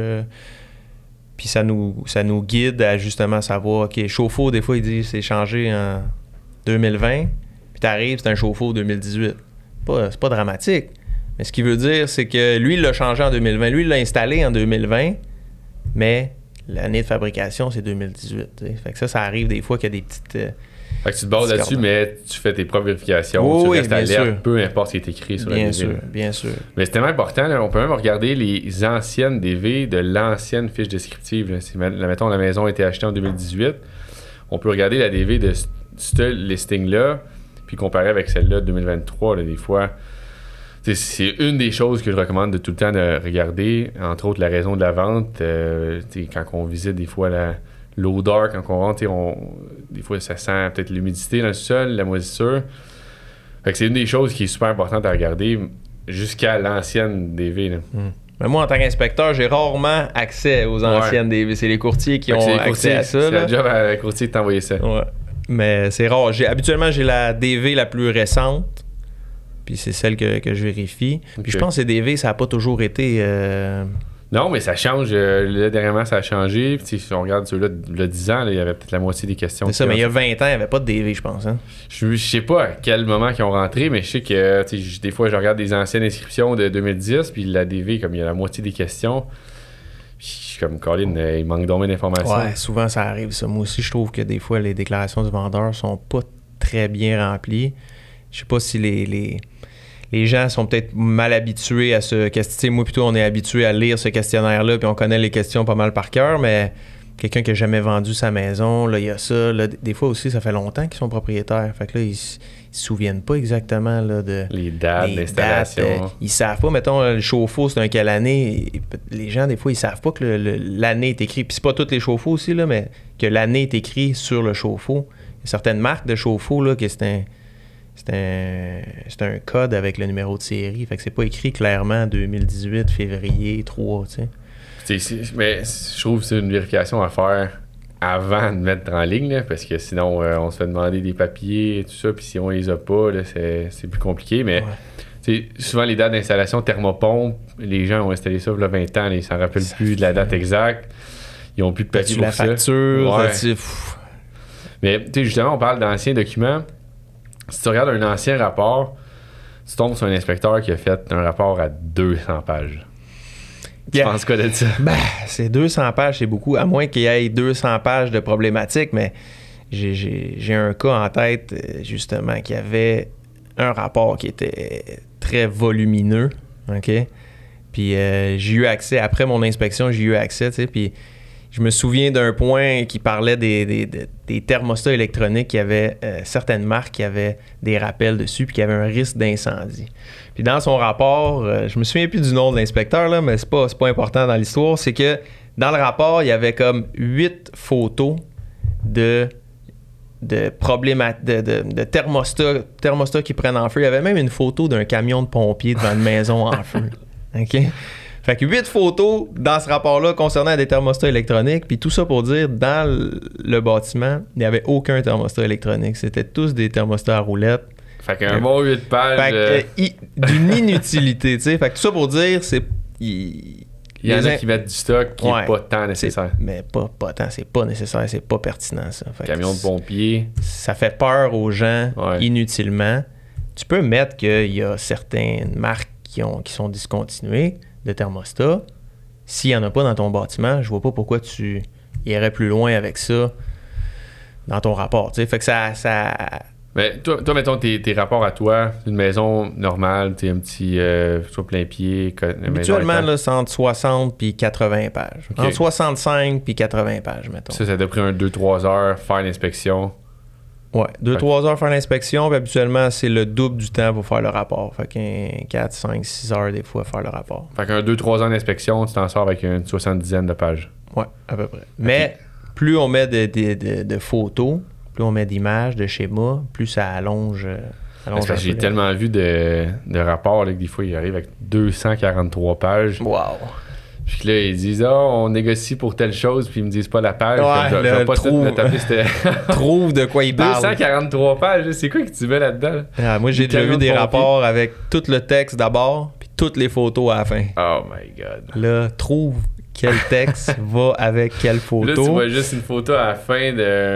Puis ça nous guide à justement savoir, OK, chauffe-eau, des fois, il dit c'est changé en 2020, puis t'arrives, c'est un chauffe-eau 2018. C'est pas dramatique. Mais ce qu'il veut dire, c'est que lui, il l'a changé en 2020. Lui, il l'a installé en 2020, mais l'année de fabrication, c'est 2018. T'sais. Fait que ça arrive des fois qu'il y a des petites... Fait que tu te bases là-dessus, mais tu fais tes propres vérifications, tu restes alerte, peu importe ce qui est écrit sur la DV. Bien sûr. Mais c'est tellement important, là, on peut même regarder les anciennes DV de l'ancienne fiche descriptive. Là. Si, mettons, la maison a été achetée en 2018, on peut regarder la DV de ce listing-là, puis comparer avec celle-là de 2023, là, des fois. C'est une des choses que je recommande de tout le temps de regarder, entre autres la raison de la vente. Quand on visite des fois l'odeur, quand on rentre, des fois ça sent peut-être l'humidité dans le sol, la moisissure. Fait que c'est une des choses qui est super importante à regarder jusqu'à l'ancienne DV. Là. Mais moi, en tant qu'inspecteur, j'ai rarement accès aux anciennes DV. C'est les courtiers qui ont accès à ça. C'est le job à la courtier de t'envoyer ça. Ouais. Mais c'est rare. Habituellement, j'ai la DV la plus récente. Puis c'est celle que je vérifie. Puis je pense que les DV, ça n'a pas toujours été... Non, mais ça change. Là, dernièrement, ça a changé. Puis si on regarde ceux-là, le 10 ans, là, il y avait peut-être la moitié des questions. C'est ça, mais il y a 20 ans, il n'y avait pas de DV, je pense. Hein? Je sais pas à quel moment ils ont rentré, mais je sais que des fois, je regarde des anciennes inscriptions de 2010, puis la DV, comme il y a la moitié des questions. Puis je suis comme, Colin, il manque d'ombre d'informations. Ouais, souvent, ça arrive, ça. Moi aussi, je trouve que des fois, les déclarations du vendeur sont pas très bien remplies. Je sais pas si les gens sont peut-être mal habitués à ce questionnaire. Moi, plutôt, on est habitué à lire ce questionnaire-là, puis on connaît les questions pas mal par cœur, mais quelqu'un qui n'a jamais vendu sa maison, là, il y a ça. Là, des fois aussi, ça fait longtemps qu'ils sont propriétaires. Fait que là, ils se souviennent pas exactement là, de... Les dates d'installation. Ils savent pas, mettons, le chauffe-eau, c'est quelle année. Les gens, des fois, ils savent pas que l'année est écrite. Puis c'est pas tous les chauffe-eaux aussi, là, mais que l'année est écrite sur le chauffe-eau. Il y a certaines marques de chauffe-eau, là, que c'est un code avec le numéro de série. Fait que c'est pas écrit clairement 2018, février 3, tu sais. Mais je trouve que c'est une vérification à faire avant de mettre en ligne, là, parce que sinon, on se fait demander des papiers et tout ça, puis si on les a pas, là, c'est plus compliqué. Mais souvent, les dates d'installation thermopompe, les gens ont installé ça il y a 20 ans, ils s'en rappellent plus de la date exacte. Ils n'ont plus de papier pour la facture, mais tu sais, justement, on parle d'anciens documents. Si tu regardes un ancien rapport, tu tombes sur un inspecteur qui a fait un rapport à 200 pages. Tu penses quoi de ça? C'est 200 pages, c'est beaucoup. À moins qu'il y ait 200 pages de problématiques, mais j'ai un cas en tête, justement, qui avait un rapport qui était très volumineux. OK? Puis j'ai eu accès, après mon inspection, j'ai eu accès, tu sais, puis je me souviens d'un point qui parlait des thermostats électroniques. Il y avait certaines marques qui avaient des rappels dessus puis qui avaient un risque d'incendie. Puis dans son rapport, je me souviens plus du nom de l'inspecteur, là, mais c'est pas important dans l'histoire. C'est que dans le rapport, il y avait comme 8 photos de thermostats qui prennent en feu. Il y avait même une photo d'un camion de pompiers devant une maison en feu. OK? Fait que 8 photos dans ce rapport-là concernant des thermostats électroniques. Puis tout ça pour dire, dans le bâtiment, il n'y avait aucun thermostat électronique. C'était tous des thermostats à roulettes. Fait qu'un bon 8 pages... Fait que, d'une inutilité, tu sais. Fait que tout ça pour dire, il Il y en a qui mettent du stock qui n'est pas tant nécessaire. Mais pas tant, c'est pas nécessaire, c'est pas pertinent ça. Camion de pompier. Ça fait peur aux gens inutilement. Tu peux mettre qu'il y a certaines marques qui sont discontinuées de thermostats. S'il n'y en a pas dans ton bâtiment, je vois pas pourquoi tu irais plus loin avec ça dans ton rapport. T'sais. Fait que ça... Mais toi, mettons tes rapports à toi, une maison normale, un petit soit plein pied. Habituellement, là, c'est entre 60 et 80 pages. Okay. Entre 65 et 80 pages, mettons. Ça t'a pris 2-3 heures faire l'inspection. Ouais, 2-3 heures faire l'inspection, puis habituellement, c'est le double du temps pour faire le rapport. Fait qu'un 4, 5, 6 heures des fois faire le rapport. Fait qu'un 2-3 heures d'inspection, tu t'en sors avec une 70aine de pages. Ouais, à peu près. Mais plus on met de photos, plus on met d'images, de schémas, plus ça allonge. Parce que j'ai tellement vu de rapports là, que des fois, ils arrivent avec 243 pages. Wow! Puis là, ils disent on négocie pour telle chose, puis ils me disent pas la page. Ouais, je vais pas tout me taper. Trouve de quoi ils parlent. 243 pages, c'est quoi que tu mets là-dedans? Là? Moi, j'ai déjà vu des rapports avec tout le texte d'abord, puis toutes les photos à la fin. Oh my God. Là, trouve quel texte va avec quelle photo. Là, tu vois juste une photo à la fin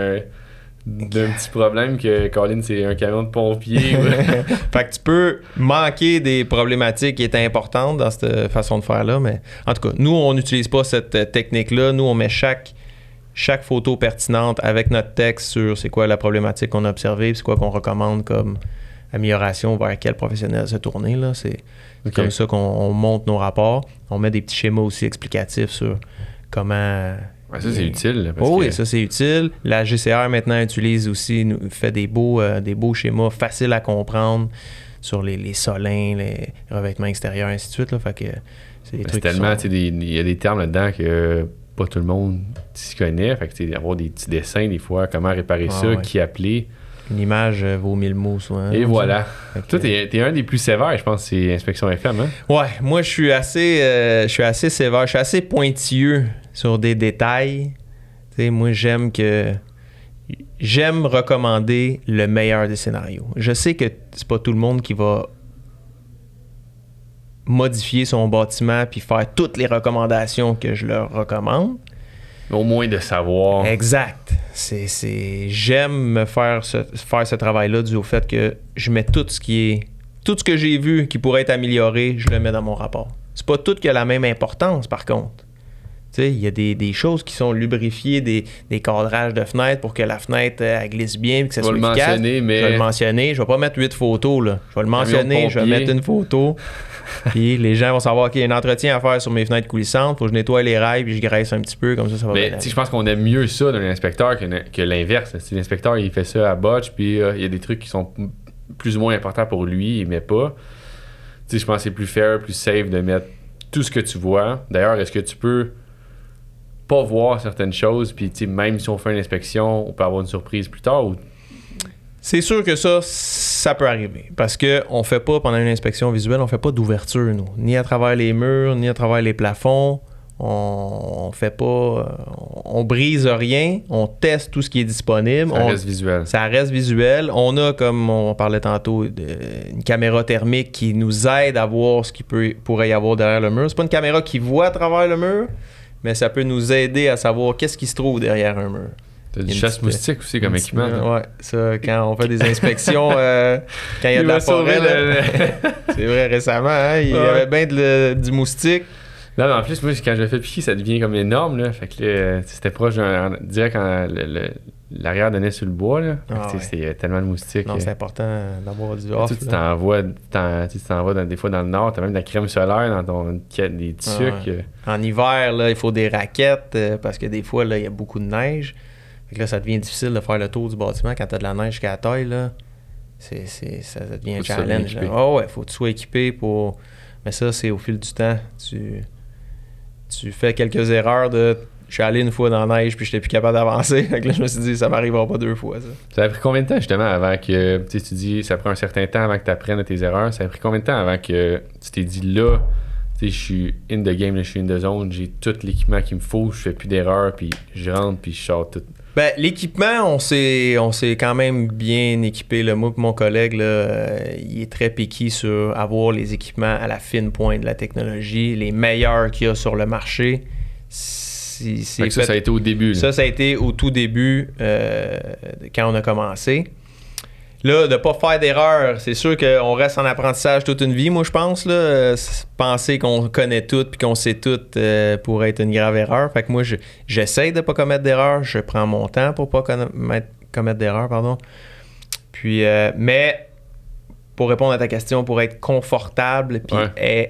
d'un petit problème que Colin, c'est un camion de pompier. Fait que tu peux manquer des problématiques qui étaient importantes dans cette façon de faire-là, mais en tout cas, nous, on n'utilise pas cette technique-là. Nous, on met chaque photo pertinente avec notre texte sur c'est quoi la problématique qu'on a observée, c'est quoi qu'on recommande comme amélioration vers quel professionnel se tourner. Là. C'est comme ça qu'on monte nos rapports. On met des petits schémas aussi explicatifs sur comment... Ouais, ça, c'est utile. Oui, ça, c'est utile. La GCR, maintenant, fait des beaux schémas faciles à comprendre sur les solins, les revêtements extérieurs, ainsi de suite. Là. Fait que c'est des trucs tellement, il y a des termes là-dedans que pas tout le monde s'y connaît. Fait que avoir des petits dessins, des fois, comment réparer ça, qui appeler. Une image vaut 1000 mots, souvent. Et voilà. Toi, t'es un des plus sévères, je pense, c'est Inspection FM, hein? Ouais, moi, je suis assez sévère. Je suis assez pointilleux sur des détails. T'sais, moi, j'aime recommander le meilleur des scénarios. Je sais que c'est pas tout le monde qui va modifier son bâtiment puis faire toutes les recommandations que je leur recommande. Au moins de savoir. Exact. J'aime me faire ce travail-là dû au fait que je mets tout ce que j'ai vu qui pourrait être amélioré, je le mets dans mon rapport. C'est pas tout qui a la même importance, par contre. Tu sais, il y a des choses qui sont lubrifiées, des cadrages de fenêtres pour que la fenêtre elle glisse bien et que ça soit efficace. Je vais le mentionner. Je vais pas mettre 8 photos, là. Je vais le mentionner, je vais mettre une photo. Puis les gens vont savoir qu'il y a un entretien à faire sur mes fenêtres coulissantes. Faut que je nettoie les rails puis je graisse un petit peu, comme ça va bien. Mais je pense qu'on aime mieux ça d'un inspecteur que l'inverse. Si l'inspecteur il fait ça à botch, puis il y a des trucs qui sont plus ou moins importants pour lui, il met pas. Je pense que c'est plus fair, plus safe de mettre tout ce que tu vois. D'ailleurs, est-ce que tu peux pas voir certaines choses, puis même si on fait une inspection, on peut avoir une surprise plus tard? Ou... C'est sûr que ça peut arriver. Parce qu'on fait pas, pendant une inspection visuelle, on fait pas d'ouverture, nous. Ni à travers les murs, ni à travers les plafonds. On fait pas... On brise rien. On teste tout ce qui est disponible. Ça reste visuel. Ça reste visuel. On a, comme on parlait tantôt, une caméra thermique qui nous aide à voir ce qu'il pourrait y avoir derrière le mur. C'est pas une caméra qui voit à travers le mur, mais ça peut nous aider à savoir qu'est-ce qui se trouve derrière un mur. T'as du chasse-moustique aussi comme équipement. Ouais, ça, quand on fait des inspections, quand il y a de la forêt, c'est vrai, récemment, hein, il y avait bien du moustique. Non, mais en plus, moi, quand je le fais piquer, ça devient comme énorme, là. Fait que là, c'était proche direct quand l'arrière donnait sur le bois, là. C'était tellement de moustiques. Non, c'est important d'avoir du off. Tu t'envoies des fois dans le nord, t'as même de la crème solaire dans des sucres. En hiver, là, il faut des raquettes parce que des fois, là, il y a beaucoup de neige. Fait que là, ça devient difficile de faire le tour du bâtiment quand t'as de la neige jusqu'à la taille, là. Ça devient un challenge. Ouais, faut que tu sois équipé pour... Mais ça, c'est au fil du temps. Tu fais quelques erreurs de... Je suis allé une fois dans la neige puis j'étais plus capable d'avancer. Fait que là, je me suis dit, ça m'arrivera pas 2 fois, ça. Ça a pris combien de temps, justement, avant que... Tu dis, ça prend un certain temps avant que tu apprennes tes erreurs. Ça a pris combien de temps avant que tu t'es dit, là, je suis in the game, là, je suis in the zone, j'ai tout l'équipement qu'il me faut, je fais plus d'erreurs, puis je rentre, puis je sors tout. Ben, l'équipement, on s'est quand même bien équipé. Là. Moi et mon collègue, là, il est très piqué sur avoir les équipements à la fine pointe de la technologie, les meilleurs qu'il y a sur le marché. Ça a été au début. Ça a été au tout début, quand on a commencé. Là, de ne pas faire d'erreur, c'est sûr qu'on reste en apprentissage toute une vie, moi, je pense. Là. Penser qu'on connaît tout puis qu'on sait tout pourrait être une grave erreur. Fait que moi, j'essaie de ne pas commettre d'erreur. Je prends mon temps pour ne pas commettre d'erreur, pardon. Puis, mais, pour répondre à ta question, pour être confortable puis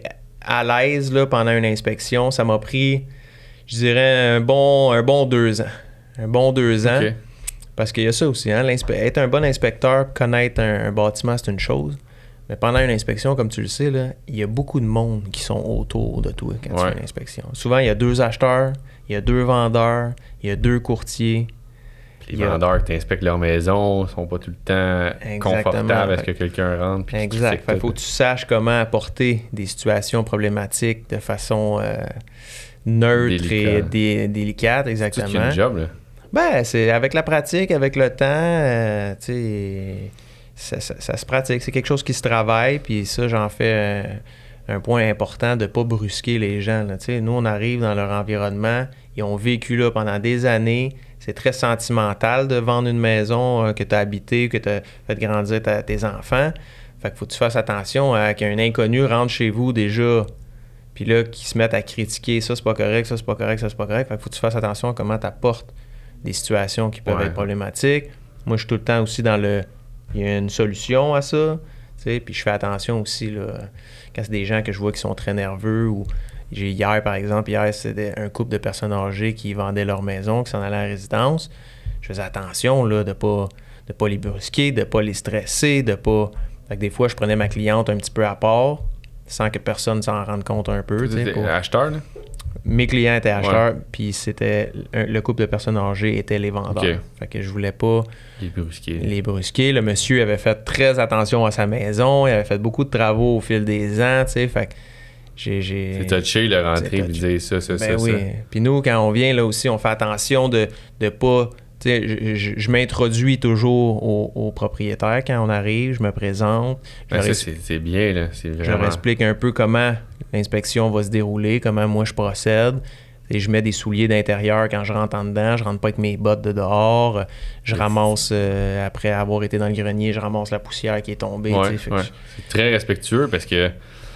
à l'aise là, pendant une inspection, ça m'a pris, je dirais, un bon 2 ans. Un bon 2 ans. Okay. Parce qu'il y a ça aussi, hein? Être un bon inspecteur, connaître un bâtiment, c'est une chose. Mais pendant une inspection, comme tu le sais, là, il y a beaucoup de monde qui sont autour de toi quand tu fais une inspection. Souvent, il y a 2 acheteurs, il y a 2 vendeurs, il y a 2 courtiers. Les vendeurs qui inspectent leur maison sont pas tout le temps confortables à ce que quelqu'un rentre. Exact. Il faut que tu saches comment apporter des situations problématiques de façon neutre et délicate. Exactement. C'est un job, là. Ben, c'est avec la pratique, avec le temps, tu sais, ça se pratique. C'est quelque chose qui se travaille, puis ça, j'en fais un point important de ne pas brusquer les gens. Là. Tu sais, nous, on arrive dans leur environnement, ils ont vécu là pendant des années. C'est très sentimental de vendre une maison que tu as habitée, que tu as fait grandir tes enfants. Fait qu'il faut que tu fasses attention à qu'un inconnu rentre chez vous déjà, puis là, qu'ils se mettent à critiquer, ça, c'est pas correct, ça, c'est pas correct, ça, c'est pas correct. Fait qu'il faut que tu fasses attention à comment tu apportes des situations qui peuvent être problématiques. Moi, je suis tout le temps aussi dans il y a une solution à ça, tu sais, puis je fais attention aussi, là, quand c'est des gens que je vois qui sont très nerveux ou hier, c'était un couple de personnes âgées qui vendaient leur maison, qui s'en allaient à la résidence. Je faisais attention, là, de pas les brusquer, de pas les stresser, de pas... Fait que des fois, je prenais ma cliente un petit peu à part, sans que personne s'en rende compte un peu. Tu étais acheteur, là? Mes clients étaient acheteurs, puis c'était le couple de personnes âgées étaient les vendeurs. Okay. Fait que je voulais pas les brusquer. Le monsieur avait fait très attention à sa maison, il avait fait beaucoup de travaux au fil des ans, tu sais, fait que c'est touché, le rentrer et dire ça. Oui. Puis nous, quand on vient, là aussi, on fait attention de pas... Tu sais, je m'introduis toujours au propriétaire quand on arrive, je me présente. C'est bien, là. Vraiment... Je leur explique un peu comment l'inspection va se dérouler, comment moi je procède. Et je mets des souliers d'intérieur quand je rentre en dedans. Je rentre pas avec mes bottes de dehors. Je ramasse, après avoir été dans le grenier, je ramasse la poussière qui est tombée. C'est très respectueux parce que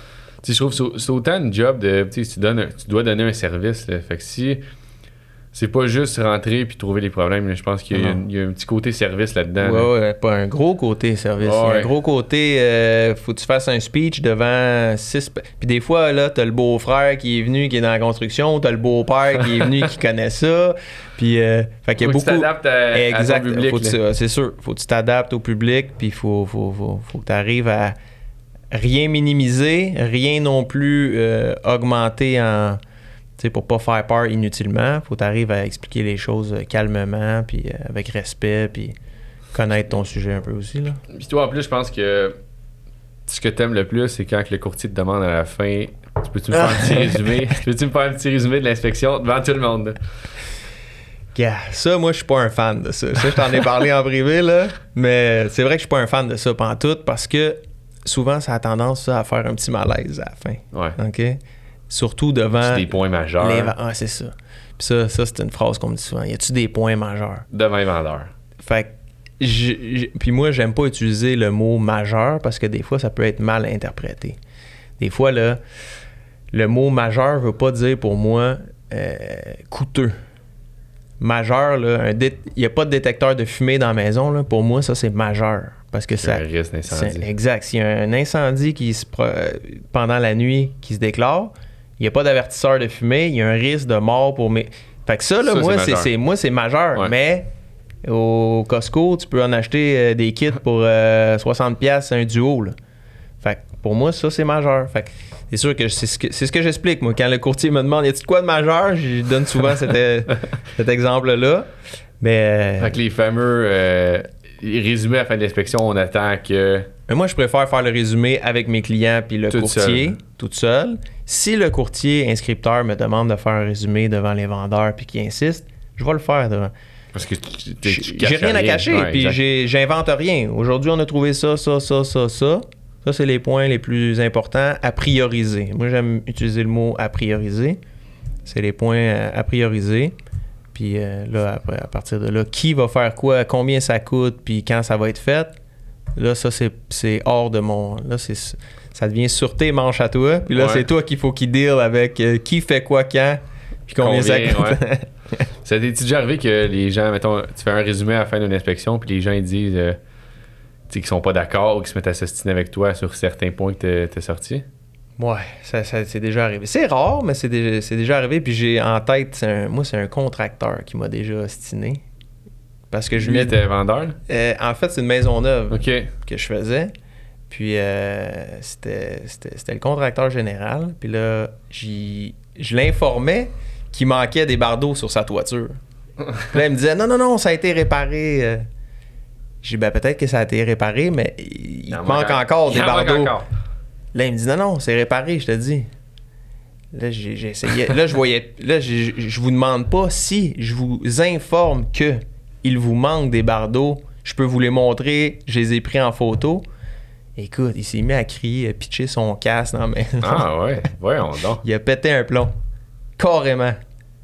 je trouve que c'est autant une job de... Tu dois donner un service. Là. Fait que si... C'est pas juste rentrer puis trouver les problèmes. Là. Je pense qu'il y a un petit côté service là-dedans. Ouais, pas un gros côté service. Il y a un gros côté, faut que tu fasses un speech devant 6... Puis des fois, là, t'as le beau-frère qui est venu, qui est dans la construction, t'as le beau-père qui est venu, qui connaît ça. Puis, fait qu'il y a beaucoup... Faut que tu t'adaptes à ton public. C'est sûr. Faut que tu t'adaptes au public, puis faut que tu arrives à rien minimiser, rien non plus augmenter en... T'sais, pour pas faire peur inutilement, faut t'arriver à expliquer les choses calmement, puis avec respect, puis connaître ton sujet un peu aussi. Là. Puis toi, en plus, je pense que ce que t'aimes le plus, c'est quand le courtier te demande à la fin, peux-tu me faire un petit résumé? Peux-tu me faire un petit résumé de l'inspection devant tout le monde? Ça, moi, je suis pas un fan de ça. Ça, je t'en ai parlé en privé, là, mais c'est vrai que je suis pas un fan de ça pantoute, parce que souvent, ça a tendance à faire un petit malaise à la fin. Ouais. OK? Surtout devant... C'est des points majeurs. C'est ça. Puis ça, c'est une phrase qu'on me dit souvent. Y a-tu des points majeurs? Devant les vendeurs. Fait que... Puis moi, j'aime pas utiliser le mot majeur parce que des fois, ça peut être mal interprété. Des fois, là, le mot majeur veut pas dire pour moi coûteux. Majeur, là, il n'y a pas de détecteur de fumée dans la maison. Là. Pour moi, ça, c'est majeur. Parce que ça... un risque d'incendie. Exact. S'il y a un incendie pendant la nuit qui se déclare, il n'y a pas d'avertisseur de fumée, il y a un risque de mort pour mes... Fait que ça, là, c'est majeur. Ouais. Mais au Costco, tu peux en acheter des kits pour 60$ un duo. Là. Fait que pour moi, ça, c'est majeur. Fait que c'est sûr que c'est ce que j'explique. Moi, quand le courtier me demande « Y a-t-il quoi de majeur? » Je donne souvent cet exemple-là. Mais... Fait que les fameux... résumé à la fin de l'inspection, on attend que... Mais moi, je préfère faire le résumé avec mes clients puis le courtier, toute seule. Si le courtier inscripteur me demande de faire un résumé devant les vendeurs puis qu'il insiste, je vais le faire devant. Parce que j'ai rien à cacher, puis j'invente rien. Aujourd'hui, on a trouvé ça. Ça, c'est les points les plus importants à prioriser. Moi, j'aime utiliser le mot à prioriser. C'est les points à prioriser. Puis là, après, à partir de là, qui va faire quoi, combien ça coûte, puis quand ça va être fait, là, ça, c'est hors de mon... Là, ça devient sur tes manches à toi. Puis là, c'est toi qu'il faut qu'il deal avec qui fait quoi quand, puis combien ça coûte. Ça t'est déjà arrivé que les gens, mettons, tu fais un résumé à la fin d'une inspection, puis les gens ils disent qu'ils sont pas d'accord ou qu'ils se mettent à s'ostiner avec toi sur certains points que t'as sortis? Ouais, ça c'est déjà arrivé. C'est rare, mais c'est déjà arrivé. Puis j'ai en tête, c'est un contracteur qui m'a déjà ostiné. Parce que Lui était vendeur? En fait, c'est une maison neuve que je faisais. Puis c'était le contracteur général. Puis là, je l'informais qu'il manquait des bardeaux sur sa toiture. Puis là, il me disait non, ça a été réparé. J'ai dit peut-être que ça a été réparé, mais il manque encore des bardeaux. Là, il me dit non, c'est réparé, je te dis. Là, j'ai essayé. Là, je voyais. Là, je vous demande pas si je vous informe que il vous manque des bardeaux. Je peux vous les montrer. Je les ai pris en photo. Écoute, il s'est mis à crier, à pitcher son casque dans la maison. Ah ouais, voyons donc. Il a pété un plomb. Carrément.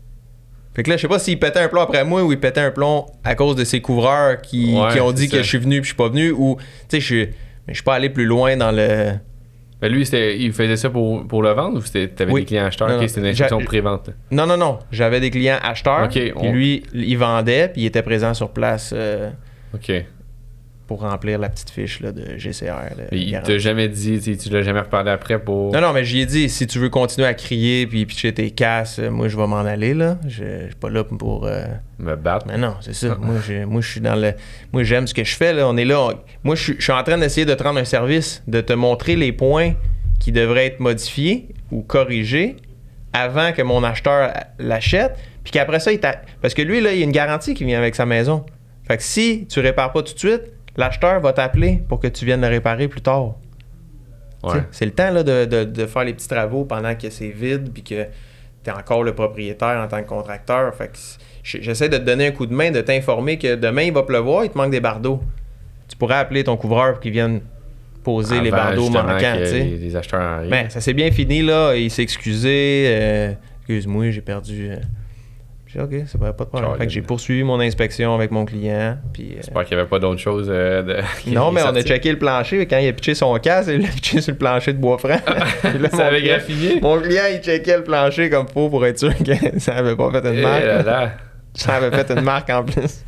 Fait que là, je sais pas s'il pétait un plomb après moi ou il pétait un plomb à cause de ses couvreurs qui ont dit que je suis venu puis je suis pas venu. Ou, tu sais, je suis pas allé plus loin dans le... Mais lui, il faisait ça pour le vendre ou t'avais des clients acheteurs? Non, c'était une instruction de pré-vente. Non. J'avais des clients acheteurs. Puis lui, il vendait puis il était présent sur place OK. pour remplir la petite fiche là, de GCR. Il t'a jamais dit, tu l'as jamais reparlé après pour... Non, mais j'y ai dit, si tu veux continuer à crier puis pitcher tes casses, moi, je vais m'en aller, là. Je suis pas là pour... me battre. Mais non, c'est ça. Moi, je suis dans le... Moi, j'aime ce que je fais, là. On est là. Moi, je suis en train d'essayer de te rendre un service, de te montrer les points qui devraient être modifiés ou corrigés avant que mon acheteur l'achète, puis qu'après ça, parce que lui, là, il y a une garantie qui vient avec sa maison. Fait que si tu répares pas tout de suite, l'acheteur va t'appeler pour que tu viennes le réparer plus tard. Ouais. C'est le temps là, de faire les petits travaux pendant que c'est vide puis que tu es encore le propriétaire en tant que contracteur. Fait que j'essaie de te donner un coup de main, de t'informer que demain il va pleuvoir, il te manque des bardeaux. Tu pourrais appeler ton couvreur pour qu'il vienne poser les bardeaux manquants. Les acheteurs arrivent. Ben, ça s'est bien fini, là. Il s'est excusé. Excuse-moi, j'ai perdu... J'ai dit, OK, c'est pas de problème. Fait que j'ai poursuivi mon inspection avec mon client. J'espère qu'il n'y avait pas d'autre chose non, mais on a checké le plancher. Quand il a pitché son casque, il l'a pitché sur le plancher de bois franc. Là, ça avait graffiné. Mon client, il checkait le plancher comme faut pour être sûr que ça avait pas fait une marque. Ça avait fait une marque en plus.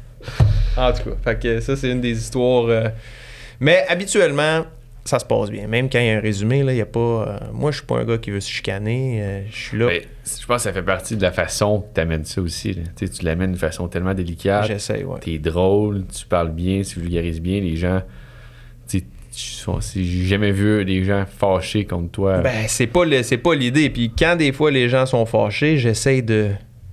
En tout cas, fait que ça, c'est une des histoires. Mais habituellement, ça se passe bien. Même quand il y a un résumé, là, il y a pas... moi, je suis pas un gars qui veut se chicaner. Je suis là. Mais, je pense que ça fait partie de la façon que tu amènes ça aussi. Tu l'amènes de façon tellement délicate. J'essaie, ouais. T'es drôle, tu parles bien, tu vulgarises bien. Les gens... J'ai jamais vu des gens fâchés contre toi. Ben, c'est pas l'idée. Puis quand des fois les gens sont fâchés, j'essaie de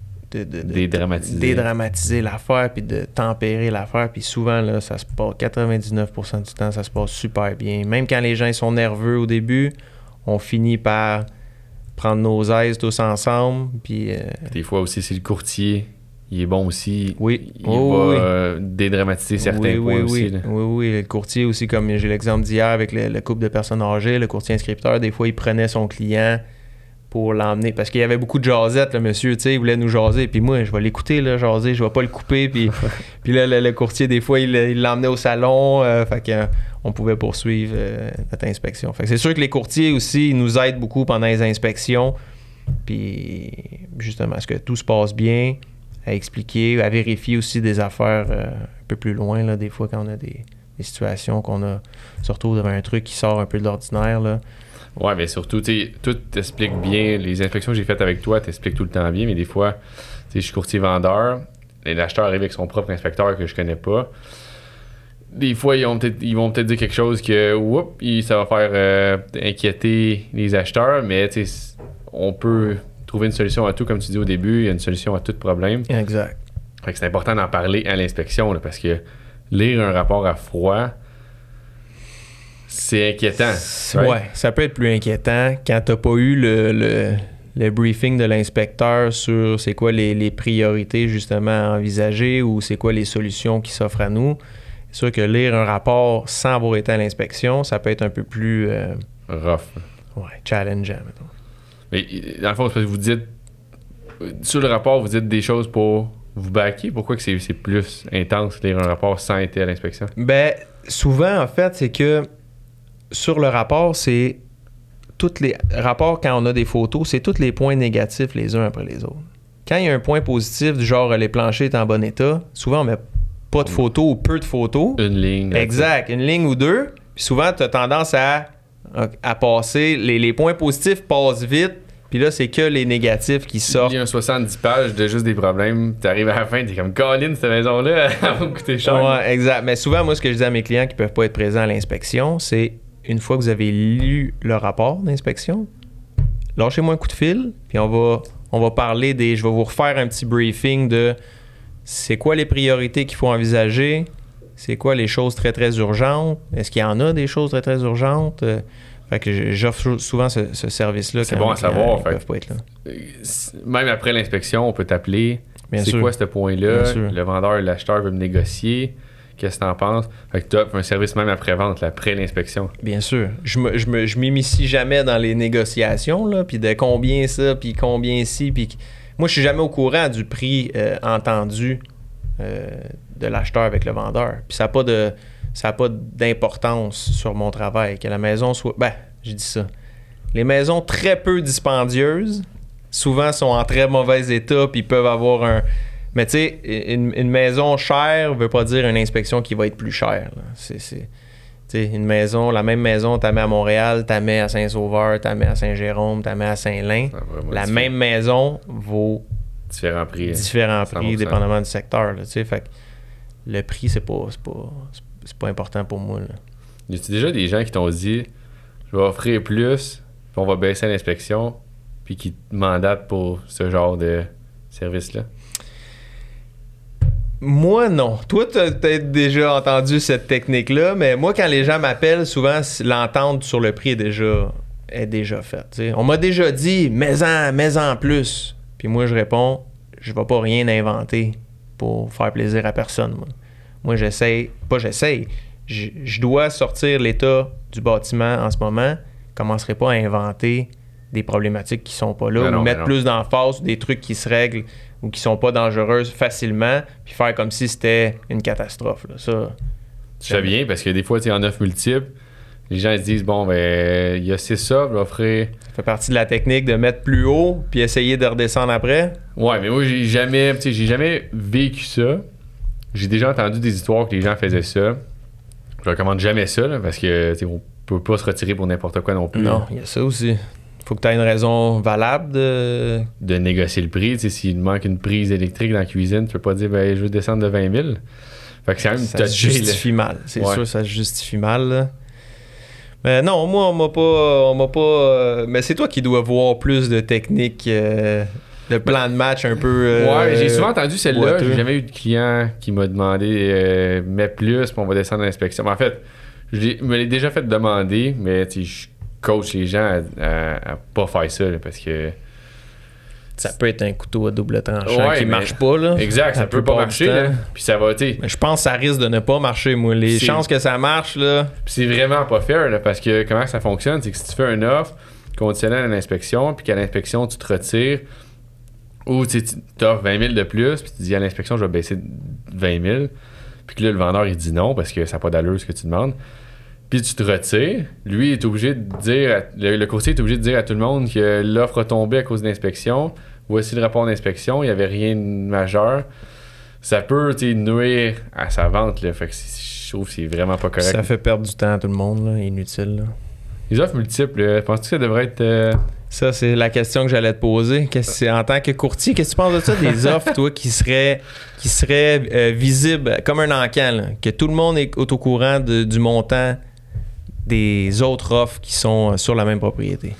dédramatiser l'affaire puis de tempérer l'affaire, puis souvent là ça se passe 99% du temps ça se passe super bien, même quand les gens ils sont nerveux au début, on finit par prendre nos aises tous ensemble, puis des fois aussi c'est le courtier, il est bon aussi, il va dédramatiser certains points aussi là. Oui, le courtier aussi, comme j'ai l'exemple d'hier avec le couple de personnes âgées, le courtier inscripteur, des fois il prenait son client pour l'emmener, parce qu'il y avait beaucoup de jasettes, le monsieur, tu sais, il voulait nous jaser, puis moi, je vais l'écouter, là, jaser, je vais pas le couper, puis là, le courtier, des fois, il l'emmenait au salon, fait qu'on pouvait poursuivre notre inspection. Fait que c'est sûr que les courtiers aussi, ils nous aident beaucoup pendant les inspections, puis justement, est-ce que tout se passe bien, à expliquer, à vérifier aussi des affaires un peu plus loin, là, des fois, quand on a des situations qu'on se retrouve devant un truc qui sort un peu de l'ordinaire, là. Ouais, mais surtout, tu sais, tout t'explique bien. Les inspections que j'ai faites avec toi t'expliquent tout le temps bien, mais des fois, tu sais, je suis courtier-vendeur, et l'acheteur arrive avec son propre inspecteur que je connais pas. Des fois, ils vont peut-être dire quelque chose que, ça va faire inquiéter les acheteurs, mais tu sais, on peut trouver une solution à tout, comme tu dis au début, il y a une solution à tout problème. Exact. Fait que c'est important d'en parler à l'inspection, là, parce que lire un rapport à froid, c'est inquiétant. Ouais, ça peut être plus inquiétant quand t'as pas eu le briefing de l'inspecteur sur c'est quoi les priorités justement à envisager ou c'est quoi les solutions qui s'offrent à nous. C'est sûr que lire un rapport sans avoir été à l'inspection, ça peut être un peu plus... rough. Ouais, challengeant, mettons. Mais dans le fond, c'est parce que vous dites... Sur le rapport, vous dites des choses pour vous backer. Pourquoi que c'est plus intense lire un rapport sans être à l'inspection? Ben, souvent, en fait, c'est que sur le rapport, c'est tous les rapports, quand on a des photos, c'est tous les points négatifs les uns après les autres. Quand il y a un point positif du genre les planchers sont en bon état, souvent on met pas de photos ou peu de photos. Une ligne. Exact, une ligne ou deux. Puis souvent, tu as tendance à passer. Les points positifs passent vite. Puis là, c'est que les négatifs qui sortent. Il y a un 70 pages de juste des problèmes. T'arrives à la fin, t'es comme Colin, cette maison-là, elle va me coûter cher. Ouais, exact. Mais souvent, moi, ce que je dis à mes clients qui peuvent pas être présents à l'inspection, c'est une fois que vous avez lu le rapport d'inspection, lâchez-moi un coup de fil, puis on va parler je vais vous refaire un petit briefing de c'est quoi les priorités qu'il faut envisager, c'est quoi les choses très, très urgentes, est-ce qu'il y en a des choses très, très urgentes? Fait que j'offre souvent ce service-là. C'est bon à savoir. Ils peuvent pas être là. Même après l'inspection, on peut t'appeler. C'est quoi ce point-là? Le vendeur et l'acheteur veut me négocier. Qu'est-ce que t'en penses? Fait que tu offres un service même après-vente, après l'inspection. Bien sûr. Je m'immiscie jamais dans les négociations, là, puis de combien ça, puis combien ci, puis... Moi, je suis jamais au courant du prix entendu de l'acheteur avec le vendeur. Puis ça n'a pas d'importance sur mon travail. Que la maison soit... Ben, je dis ça. Les maisons très peu dispendieuses, souvent sont en très mauvais état, puis peuvent avoir un... Mais tu sais, une maison chère veut pas dire une inspection qui va être plus chère. Tu sais, une maison, la même maison, t'as mis à Montréal, t'as mis à Saint-Sauveur, t'as mis à Saint-Jérôme, t'as mis à Saint-Lin. La même maison vaut différents prix dépendamment du secteur. Là, tu sais, fait que le prix, c'est pas important pour moi. Là. Y a-t-il déjà des gens qui t'ont dit je vais offrir plus, puis on va baisser l'inspection, puis qui te mandatent pour ce genre de service-là? Moi, non. Toi, tu as peut-être déjà entendu cette technique-là, mais moi, quand les gens m'appellent, souvent, l'entente sur le prix est déjà faite. T'sais. On m'a déjà dit mets-en plus. Puis moi, je réponds je vais pas rien inventer pour faire plaisir à personne. Moi j'essaye. Je dois sortir l'état du bâtiment en ce moment. Je commencerai pas à inventer des problématiques qui sont pas là, ou mettre plus d'emphase, des trucs qui se règlent ou qui sont pas dangereuses facilement, puis faire comme si c'était une catastrophe. Là. Ça, tu fais bien, parce que des fois, tu es en offre multiple, les gens ils se disent, bon, ben, il y a ça, je vais offrir... Ça fait partie de la technique de mettre plus haut, puis essayer de redescendre après? Ouais, mais moi, j'ai jamais vécu ça. J'ai déjà entendu des histoires que les gens faisaient ça. Je recommande jamais ça, là, parce que, on peut pas se retirer pour n'importe quoi non plus. Non, il y a ça aussi. Faut que tu aies une raison valable de négocier le prix. S'il manque une prise électrique dans la cuisine, tu peux pas dire ben, je veux descendre de 20 000. Fait que c'est quand même ça se justifie mal. C'est sûr, ça se justifie mal. Là. Mais non, moi, on m'a pas. Mais c'est toi qui dois voir plus de techniques, de plan de match un peu. Ouais, j'ai souvent entendu celle-là. J'ai jamais eu de client qui m'a demandé mets plus, puis on va descendre à l'inspection. Mais en fait, je me l'ai déjà fait demander, mais je coach les gens à pas faire ça là, parce que ça peut être un couteau à double tranchant qui marche pas là. Exact, ça peut pas marcher là. Puis ça va, mais je pense que ça risque de ne pas marcher moi. Les chances que ça marche là. Puis c'est vraiment pas fair là, parce que comment ça fonctionne, c'est que si tu fais une offre conditionnelle à l'inspection, puis qu'à l'inspection tu te retires ou tu offres 20 000 de plus, puis tu dis à l'inspection je vais baisser de 20 000, puis que là le vendeur il dit non parce que ça n'a pas d'allure ce que tu demandes. Puis tu te retires, lui est obligé de dire, le courtier est obligé de dire à tout le monde que l'offre a tombé à cause de l'inspection. Voici le rapport d'inspection, il n'y avait rien de majeur. Ça peut nuire à sa vente, là. Fait que je trouve que c'est vraiment pas correct. Ça fait perdre du temps à tout le monde, là, inutile. Là. Les offres multiples, penses-tu que ça devrait être... Ça, c'est la question que j'allais te poser. En tant que courtier, qu'est-ce que tu penses de ça, des offres, toi, qui seraient visibles comme un encan, là, que tout le monde est au courant du montant des autres offres qui sont sur la même propriété?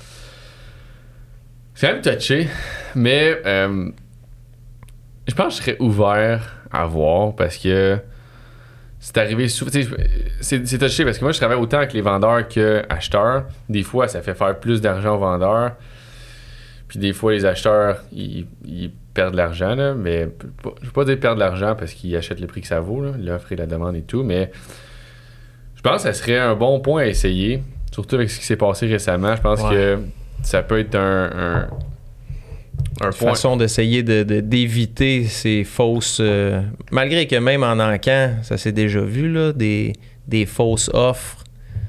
C'est quand même touché, mais je pense que je serais ouvert à voir parce que c'est arrivé souvent. C'est touché parce que moi, je travaille autant avec les vendeurs qu'acheteurs. Des fois, ça fait faire plus d'argent aux vendeurs. Puis des fois, les acheteurs, ils perdent de l'argent, là, mais je veux pas dire perdre de l'argent parce qu'ils achètent le prix que ça vaut, là, l'offre et la demande et tout, mais je pense que ça serait un bon point à essayer, surtout avec ce qui s'est passé récemment. Je pense que ça peut être un point. Façon d'essayer d'éviter ces fausses... malgré que même en encan, ça s'est déjà vu, là, des fausses offres,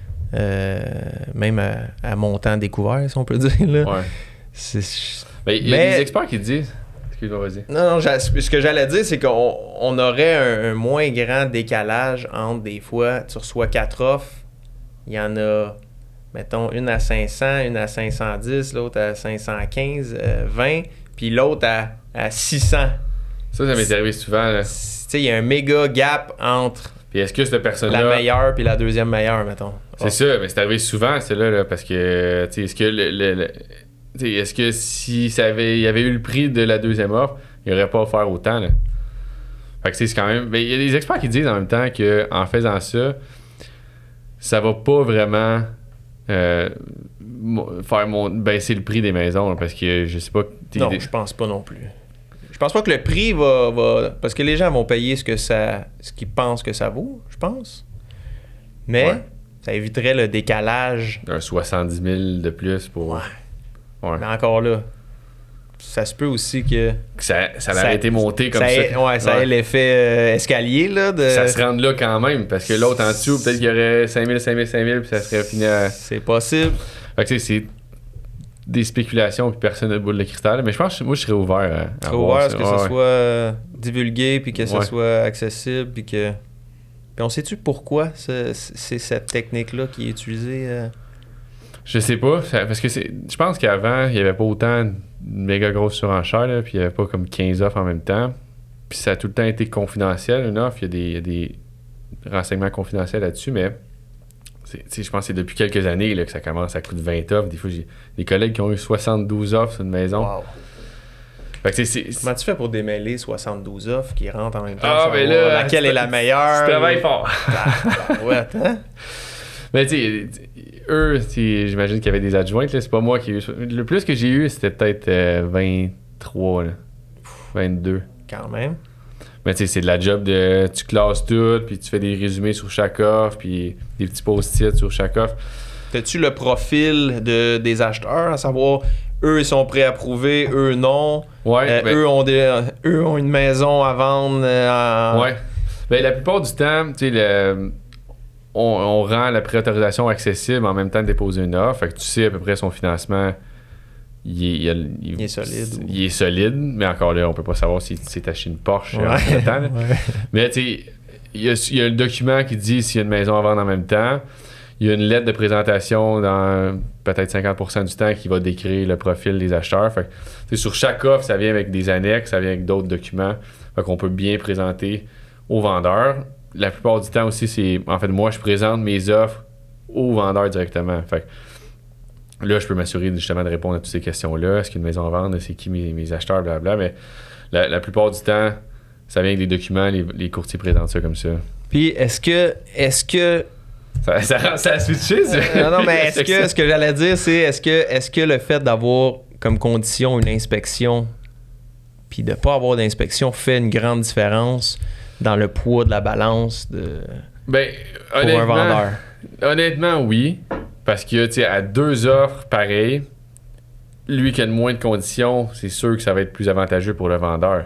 même à montant découvert, si on peut dire. Là. Ouais. Mais il y a des experts qui disent... Excuse-moi, vas-y. Non, ce que j'allais dire, c'est qu'on aurait un moins grand décalage entre des fois, tu reçois 4 offres, il y en a, mettons, une à 500, une à 510, l'autre à 515, 20, puis l'autre à 600. Ça m'est arrivé souvent. Tu sais, il y a un méga gap entre puis est-ce que cette personne-là... la meilleure puis la deuxième meilleure, mettons. C'est ça, mais c'est arrivé souvent, celle-là, là, parce que, tu sais, est-ce que est-ce que si il y avait eu le prix de la deuxième offre, il n'aurait pas offert autant, là? Fait que c'est quand même... Mais il y a des experts qui disent en même temps qu'en faisant ça va pas vraiment baisser le prix des maisons, là, parce que je sais pas... Non, je pense pas non plus. Je pense pas que le prix va... Parce que les gens vont payer ce qu'ils pensent que ça vaut, je pense. Mais ça éviterait le décalage. Un 70 000 de plus pour... Ouais. Mais encore là, ça se peut aussi que ça a été monté comme ça. Ouais, ça ait l'effet escalier, là. Ça se rende là quand même, parce que l'autre en dessous, peut-être qu'il y aurait 5 000, 5 000, 5 000, puis ça serait fini à... C'est possible. Fait que c'est des spéculations, puis personne n'a de boule de cristal. Mais je pense que moi, je serais ouvert à voir ça. Que ça soit divulgué, puis que ça soit accessible, puis que... Puis on sait-tu pourquoi c'est cette technique-là qui est utilisée... Je sais pas, parce que je pense qu'avant, il n'y avait pas autant de méga grosses surenchères, là, puis il n'y avait pas comme 15 offres en même temps. Puis ça a tout le temps été confidentiel, une offre. Il y a des renseignements confidentiels là-dessus, mais je pense que c'est depuis quelques années là, que ça commence à coûter 20 offres. Des fois, j'ai des collègues qui ont eu 72 offres sur une maison. Wow. Fait que comment tu fais pour démêler 72 offres qui rentrent en même temps? Ah, mais là, laquelle est la meilleure? Tu travailles fort. Ouais, attends. Mais tu sais, eux, j'imagine qu'il y avait des adjointes. Là, c'est pas moi qui ai eu. Le plus que j'ai eu, c'était peut-être 23, là. 22. Quand même. Mais tu sais, c'est de la job de... Tu classes tout, puis tu fais des résumés sur chaque offre, puis des petits post-it sur chaque offre. T'as-tu le profil des acheteurs, à savoir, eux, ils sont prêts à prouver, eux, non? Ouais. Eux ont une maison à vendre. Ouais. Ben, la plupart du temps, tu sais, on rend la préautorisation accessible en même temps de déposer une offre. Fait que tu sais à peu près son financement, il est solide. Il est solide, mais encore là, on peut pas savoir s'il s'est acheté une Porsche en même temps. Mais tu sais, il y a le document qui dit s'il y a une maison à vendre en même temps. Il y a une lettre de présentation dans peut-être 50% du temps qui va décrire le profil des acheteurs. Fait que, sur chaque offre, ça vient avec des annexes, ça vient avec d'autres documents. Fait qu'on peut bien présenter aux vendeurs. La plupart du temps aussi, c'est... En fait, moi, je présente mes offres aux vendeurs directement. Fait que là, je peux m'assurer justement de répondre à toutes ces questions-là. Est-ce qu'il y a une maison à vendre? C'est qui mes acheteurs? Blablabla. Mais la plupart du temps, ça vient avec des documents. Les courtiers présentent ça comme ça. Puis, est-ce que ça a switché, ça? non, mais ce que j'allais dire, c'est est-ce que le fait d'avoir comme condition une inspection puis de ne pas avoir d'inspection fait une grande différence dans le poids de la balance pour un vendeur? Honnêtement, oui. Parce que, tu sais, à 2 offres pareilles, lui qui a le moins de conditions, c'est sûr que ça va être plus avantageux pour le vendeur.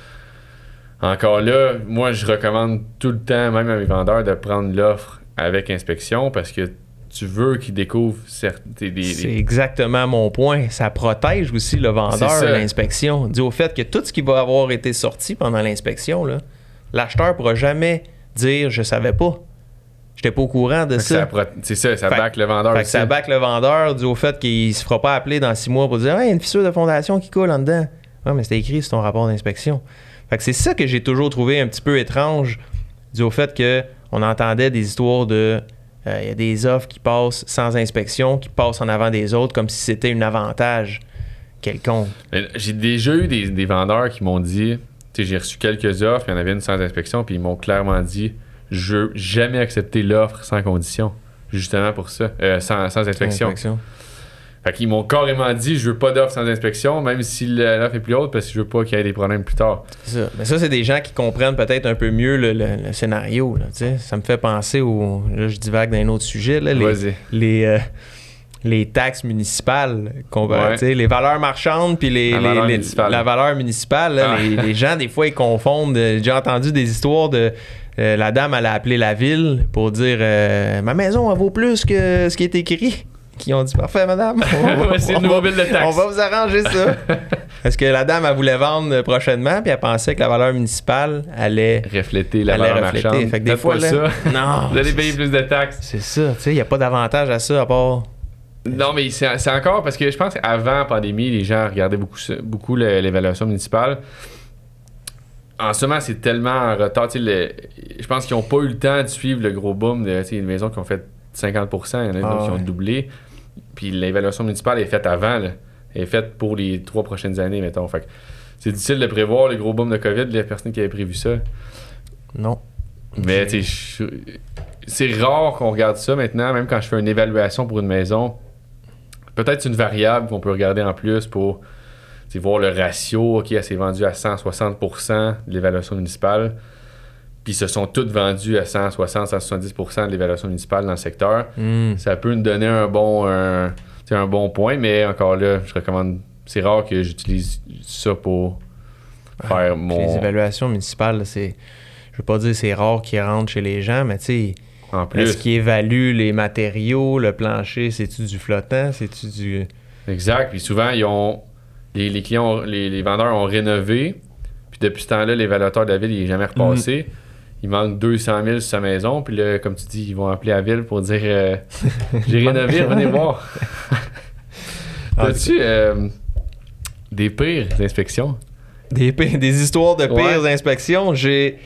Encore là, moi, je recommande tout le temps, même à mes vendeurs, de prendre l'offre avec inspection parce que tu veux qu'ils découvrent C'est exactement mon point. Ça protège aussi le vendeur, l'inspection. Dû au fait que tout ce qui va avoir été sorti pendant l'inspection, là, l'acheteur ne pourra jamais dire « je savais pas ». J'étais pas au courant de ça. C'est ça, ça back le vendeur aussi. Ça back le vendeur dû au fait qu'il se fera pas appeler dans 6 mois pour dire « il y a une fissure de fondation qui coule en dedans ». Ouais, mais c'était écrit sur ton rapport d'inspection. Fait que c'est ça que j'ai toujours trouvé un petit peu étrange dû au fait qu'on entendait des histoires de... Il y a des offres qui passent sans inspection, qui passent en avant des autres comme si c'était un avantage quelconque. J'ai déjà eu des vendeurs qui m'ont dit... J'ai reçu quelques offres, il y en avait une sans inspection, puis ils m'ont clairement dit « je veux jamais accepter l'offre sans condition ». Justement pour ça, sans inspection. Fait qu'ils m'ont carrément dit, je veux pas d'offre sans inspection, même si l'offre est plus haute, parce que je veux pas qu'il y ait des problèmes plus tard. C'est ça. Mais ça, c'est des gens qui comprennent peut-être un peu mieux le scénario. Là, ça me fait penser au... Là, je divague d'un autre sujet. Là, les taxes municipales, les valeurs marchandes puis la valeur municipale. Là, les gens, des fois, ils confondent. J'ai déjà entendu des histoires de... la dame, elle a appelé la ville pour dire ma maison, elle vaut plus que ce qui est écrit. Qui ont dit parfait, madame. C'est le nouveau bill de taxe. On va vous arranger ça. Parce que la dame, elle voulait vendre prochainement, puis elle pensait que la valeur municipale allait refléter la valeur marchande. Fait que des fois, là, non, vous allez payer plus de taxes. C'est ça. Tu sais, il n'y a pas d'avantage à ça à part. Non, mais c'est encore parce que je pense qu'avant la pandémie, les gens regardaient beaucoup l'évaluation municipale. En ce moment, c'est tellement en retard. Je pense qu'ils n'ont pas eu le temps de suivre le gros boom de une maison qui ont fait 50%, il y en a qui ont doublé. Puis l'évaluation municipale est faite avant. Là. Elle est faite pour les 3 prochaines années, mettons. Fait que c'est difficile de prévoir le gros boom de COVID. Il y a personne qui avait prévu ça. Non. Mais c'est rare qu'on regarde ça maintenant. Même quand je fais une évaluation pour une maison, peut-être une variable qu'on peut regarder en plus pour voir le ratio. OK, elle s'est vendue à 160% de l'évaluation municipale. Puis ils se sont toutes vendus à 160, 170% de l'évaluation municipale dans le secteur. Ça peut nous donner un bon point, mais encore là, je recommande... C'est rare que j'utilise ça pour faire Les évaluations municipales, c'est... Je veux pas dire c'est rare qu'ils rentrent chez les gens, mais tu sais... En plus... Est-ce qu'ils évaluent les matériaux, le plancher, c'est-tu du flottant, c'est-tu du... Exact. Puis souvent, ils ont... Les clients, les vendeurs ont rénové. Puis depuis ce temps-là, l'évaluateur de la ville, il n'est jamais repassé. Il manque 200 000 sur sa maison. Puis là, comme tu dis, ils vont appeler la ville pour dire j'ai rénové, venez voir. As-tu des pires inspections? Des histoires de pires inspections? J'ai...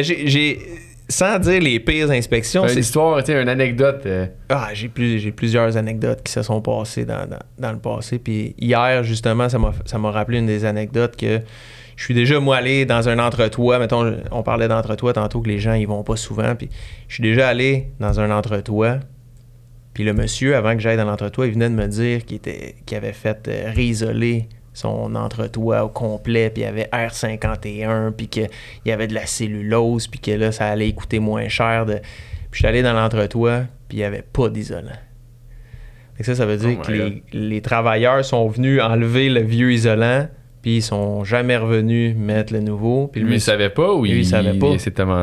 Sans dire les pires inspections... Une histoire, une anecdote. J'ai plusieurs anecdotes qui se sont passées dans le passé. Puis hier, justement, ça m'a rappelé une des anecdotes que je suis déjà, moi, allé dans un entre-toit. Mettons, on parlait d'entre-toit tantôt, que les gens, ils vont pas souvent. Puis je suis déjà allé dans un entre-toit. Puis le monsieur, avant que j'aille dans l'entre-toit, il venait de me dire qu'il avait fait réisoler son entre-toit au complet, puis il y avait R51, puis qu'il y avait de la cellulose, puis que là, ça allait coûter moins cher. Puis je suis allé dans l'entre-toit, puis il n'y avait pas d'isolant. Et ça veut dire que les travailleurs sont venus enlever le vieux isolant, puis ils sont jamais revenus mettre le nouveau. Puis lui, il savait pas ou il savait pas?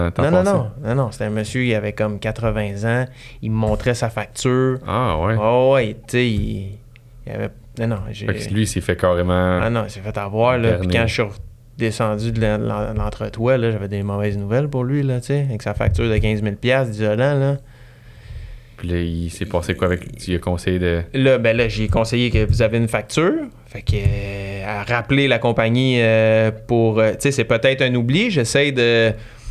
Non, c'était un monsieur, il avait comme 80 ans, il me montrait sa facture. Ah ouais? Oh ouais, tu sais, il avait... Non, fait que lui, il s'est fait carrément... Ah non, il s'est fait avoir, là. Puis quand je suis descendu de l'entre-toit, là, j'avais des mauvaises nouvelles pour lui, là, tu sais, avec sa facture de 15 000 $ d'isolant, là. Puis là, il s'est passé quoi avec... Tu lui as conseillé de... Là, j'ai conseillé que vous avez une facture. Fait que... à rappeler la compagnie pour... tu sais, c'est peut-être un oubli. J'essaie de...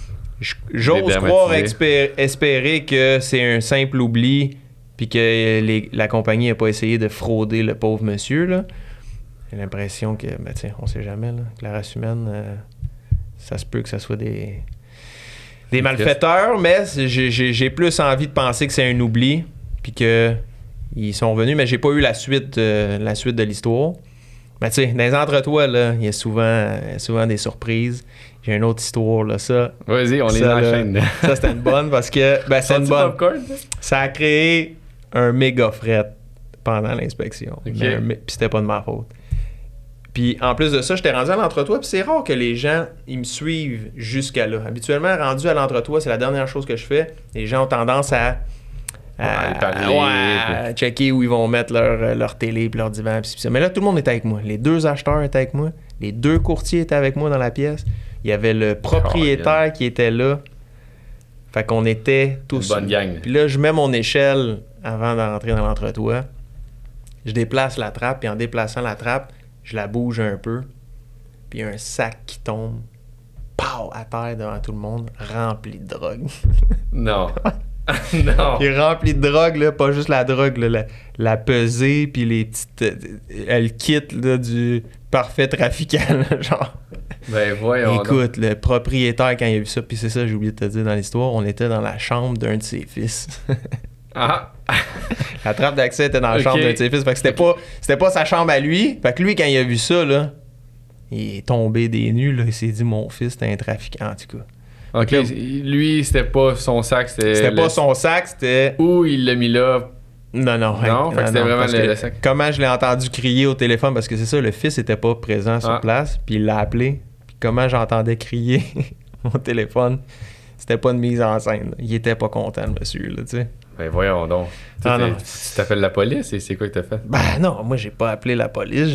J'ose croire, espérer que c'est un simple oubli... Puis que la compagnie n'a pas essayé de frauder le pauvre monsieur, là. J'ai l'impression que, on sait jamais, là, que la race humaine, ça se peut que ce soit des malfaiteurs, mais j'ai plus envie de penser que c'est un oubli, puis qu'ils sont venus, mais j'ai pas eu la suite de l'histoire. Mais tu sais, dans les entre-toits, là, il y a souvent des surprises. J'ai une autre histoire, là, ça. Vas-y, on les enchaîne. Ça, c'était une bonne parce que, c'est une bonne. Popcorn? Ça a créé un méga fret pendant l'inspection. Okay. Puis c'était pas de ma faute. Puis en plus de ça, j'étais rendu à l'entre-toit, puis c'est rare que les gens, ils me suivent jusqu'à là. Habituellement, rendu à l'entre-toit, c'est la dernière chose que je fais. Les gens ont tendance à checker où ils vont mettre leur télé puis leur divan. Pis ça. Mais là, tout le monde était avec moi. Les 2 acheteurs étaient avec moi. Les 2 courtiers étaient avec moi dans la pièce. Il y avait le propriétaire qui était là. Fait qu'on était tous... Une bonne gang. Puis là, je mets mon échelle avant de rentrer dans l'entre-toit. Je déplace la trappe, puis en déplaçant la trappe, je la bouge un peu. Puis il y a un sac qui tombe, pow, à terre devant tout le monde, rempli de drogue. Non. Non. Il est rempli de drogue, là, pas juste la drogue, là, la pesée, puis les petites... le kit là, du parfait trafiquant, là, genre. Ben voyons. Écoute, le propriétaire, quand il a vu ça, puis c'est ça, j'ai oublié de te dire dans l'histoire, on était dans la chambre d'un de ses fils. Ah! La trappe d'accès était dans la chambre d'un de ses fils. Fait que c'était pas sa chambre à lui. Fait que lui, quand il a vu ça, là, il est tombé des nues. Là, il s'est dit, mon fils, c'était un trafiquant, en tout cas. OK, là, lui, c'était pas son sac. C'était pas son sac, c'était... Où il l'a mis là? Non. Fait que c'était vraiment le sac. Comment je l'ai entendu crier au téléphone, parce que c'est ça, le fils était pas présent sur place, puis il l'a appelé. Puis comment j'entendais crier au téléphone, c'était pas une mise en scène. Il était pas content, le monsieur, là, tu sais. Ben voyons donc. Tu t'appelles la police et c'est quoi que t'as fait? Ben non, moi j'ai pas appelé la police.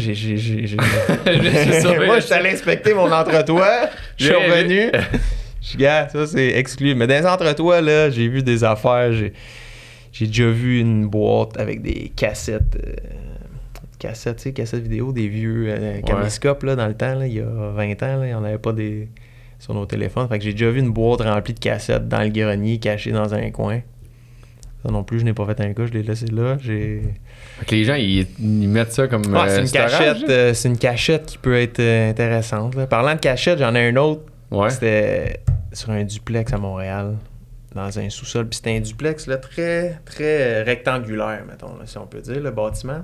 Moi j'étais allé inspecter mon entretoit. Je suis revenu. Je dis, gars, ça c'est exclu. Mais dans les entretoits, là, j'ai vu des affaires. J'ai déjà vu une boîte avec des cassettes. Cassettes, tu sais, cassettes vidéo, des vieux caméscopes, là, dans le temps, là, il y a 20 ans, là, il n'y en avait pas sur nos téléphones. Fait que j'ai déjà vu une boîte remplie de cassettes dans le grenier, cachée dans un coin. Ça non plus, je n'ai pas fait un cas, je l'ai laissé là. Fait que les gens, ils mettent ça comme c'est une cachette. C'est une cachette qui peut être intéressante. Là. Parlant de cachette, j'en ai un autre. Ouais. C'était sur un duplex à Montréal, dans un sous-sol. Puis c'était un duplex là, très, très rectangulaire, mettons, là, si on peut dire, le bâtiment.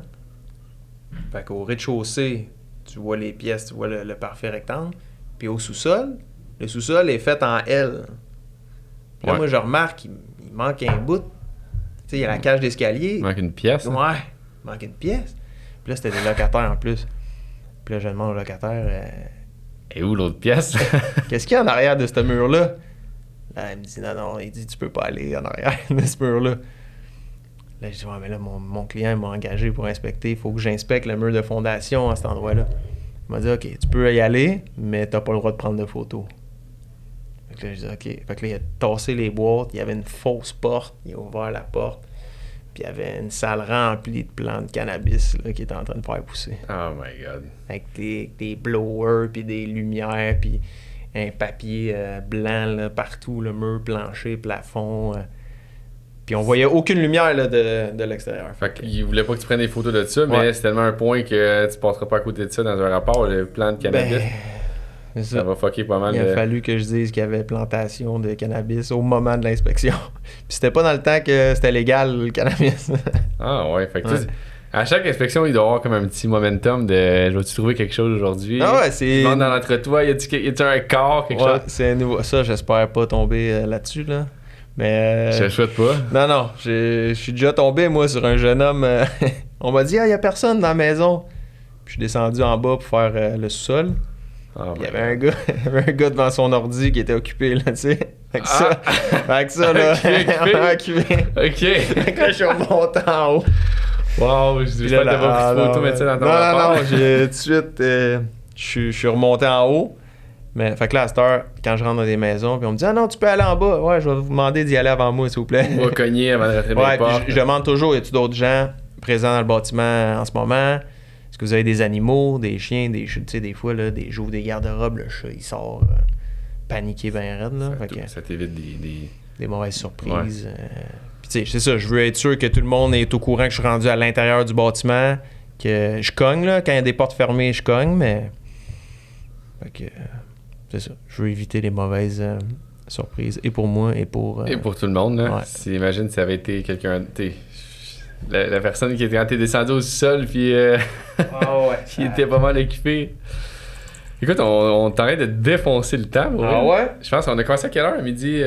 Fait qu'au rez-de-chaussée, tu vois les pièces, tu vois le parfait rectangle. Puis au sous-sol, le sous-sol est fait en L. Puis là, moi, je remarque qu'il manque un bout. Tu sais, il y a la cage d'escalier. Il manque une pièce. Ouais, il manque une pièce. Puis là, c'était des locataires en plus. Puis là, je demande au locataire... Et où l'autre pièce? Qu'est-ce qu'il y a en arrière de ce mur-là? Là, il me dit, non. Il dit, tu peux pas aller en arrière de ce mur-là. Là, je dis, ouais, mais là, mon client m'a engagé pour inspecter. Il faut que j'inspecte le mur de fondation à cet endroit-là. Il m'a dit, OK, tu peux y aller, mais t'as pas le droit de prendre de photos. Fait que là, je dis, OK. Fait que là, il a tassé les boîtes. Il y avait une fausse porte. Il a ouvert la porte. Puis il y avait une salle remplie de plantes de cannabis là, qui était en train de faire pousser. Oh my God. Avec des blowers, puis des lumières, puis un papier blanc là, partout, le mur, plancher, plafond. Puis on voyait aucune lumière là, de l'extérieur. Fait qu'il voulait pas que tu prennes des photos de ça, mais c'est tellement un point que tu passeras pas à côté de ça dans un rapport, le plan de cannabis. Ça va fucker pas mal. Il a fallu que je dise qu'il y avait plantation de cannabis au moment de l'inspection. Puis c'était pas dans le temps que c'était légal, le cannabis. Ah ouais, fait que à chaque inspection, il doit y avoir comme un petit momentum de « Je vais-tu trouver quelque chose aujourd'hui? » Ah ouais, c'est... Tu dans l'entre-toi, y a-tu un corps, quelque chose? C'est nouveau. Ça, j'espère pas tomber là-dessus, là. Mais... Je le souhaite pas. Non, je suis déjà tombé, moi, sur un jeune homme. On m'a dit « Ah, il y a personne dans la maison. » Puis je suis descendu en bas pour faire le sous-sol. Il y avait un gars devant son ordi qui était occupé, là, tu sais. Avec ça, là. Occupé. OK. Quand je suis remonté en haut. Wow, j'espère que t'as pas pris de photo, mettre ça dans ton rapport. Non, j'ai tout de suite... je suis remonté en haut. Mais fait que là, à cette heure, quand je rentre dans des maisons, puis on me dit « Ah non, tu peux aller en bas. Ouais, je vais vous demander d'y aller avant moi, s'il vous plaît. » On va cogner avant de rentrer dans les portes. Je demande toujours, y a-t-il d'autres gens présents dans le bâtiment en ce moment? Est-ce que vous avez des animaux, des chiens, tu sais, des fois, là, j'ouvre des garde-robes, le chat, il sort paniqué bien raide, là. Ça t'évite des mauvaises surprises. Puis tu sais, c'est ça, je veux être sûr que tout le monde est au courant que je suis rendu à l'intérieur du bâtiment, que je cogne, là, quand il y a des portes fermées, je cogne, mais... Fait que, c'est ça, je veux éviter les mauvaises surprises, et pour moi, et pour... Et pour tout le monde, là. Ouais. Imagine si ça avait été quelqu'un... La personne qui était quand t'es descendu au sol puis qui était pas mal occupé. Écoute, on t'arrête de défoncer le temps. Ouais? Je pense qu'on a commencé à quelle heure? À midi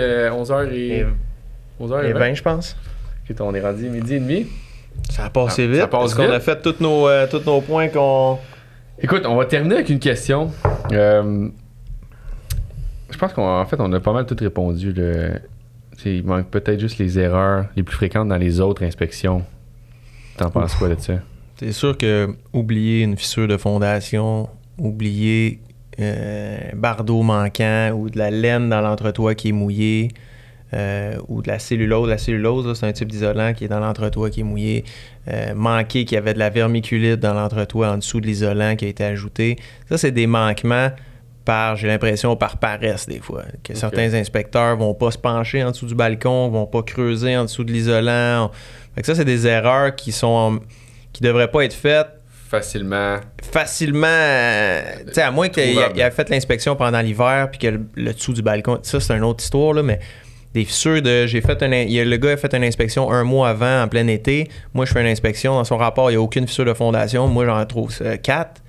11h20, je pense. Écoute, on est rendu midi et demi. Ça a passé vite. Ça passe vite. On a fait tous nos points qu'on... Écoute, on va terminer avec une question. Je pense qu'en fait, on a pas mal tout répondu. Il manque peut-être juste les erreurs les plus fréquentes dans les autres inspections. T'en penses quoi de ça? C'est sûr que oublier une fissure de fondation, oublier bardeau manquant ou de la laine dans l'entretoit qui est mouillé ou de la cellulose. La cellulose, là, c'est un type d'isolant qui est dans l'entretoit qui est mouillé. Manquer qu'il y avait de la vermiculite dans l'entretoit en dessous de l'isolant qui a été ajouté. Ça, c'est des manquements j'ai l'impression, par paresse des fois. Que certains inspecteurs vont pas se pencher en dessous du balcon, vont pas creuser en dessous de l'isolant. Fait que ça, c'est des erreurs qui devraient pas être faites facilement. Tu sais, à moins qu'il ait fait l'inspection pendant l'hiver puis que le dessous du balcon, ça, c'est une autre histoire, là, mais des fissures le gars a fait une inspection 1 mois avant, en plein été. Moi, je fais une inspection. Dans son rapport, il n'y a aucune fissure de fondation. Moi, j'en trouve 4.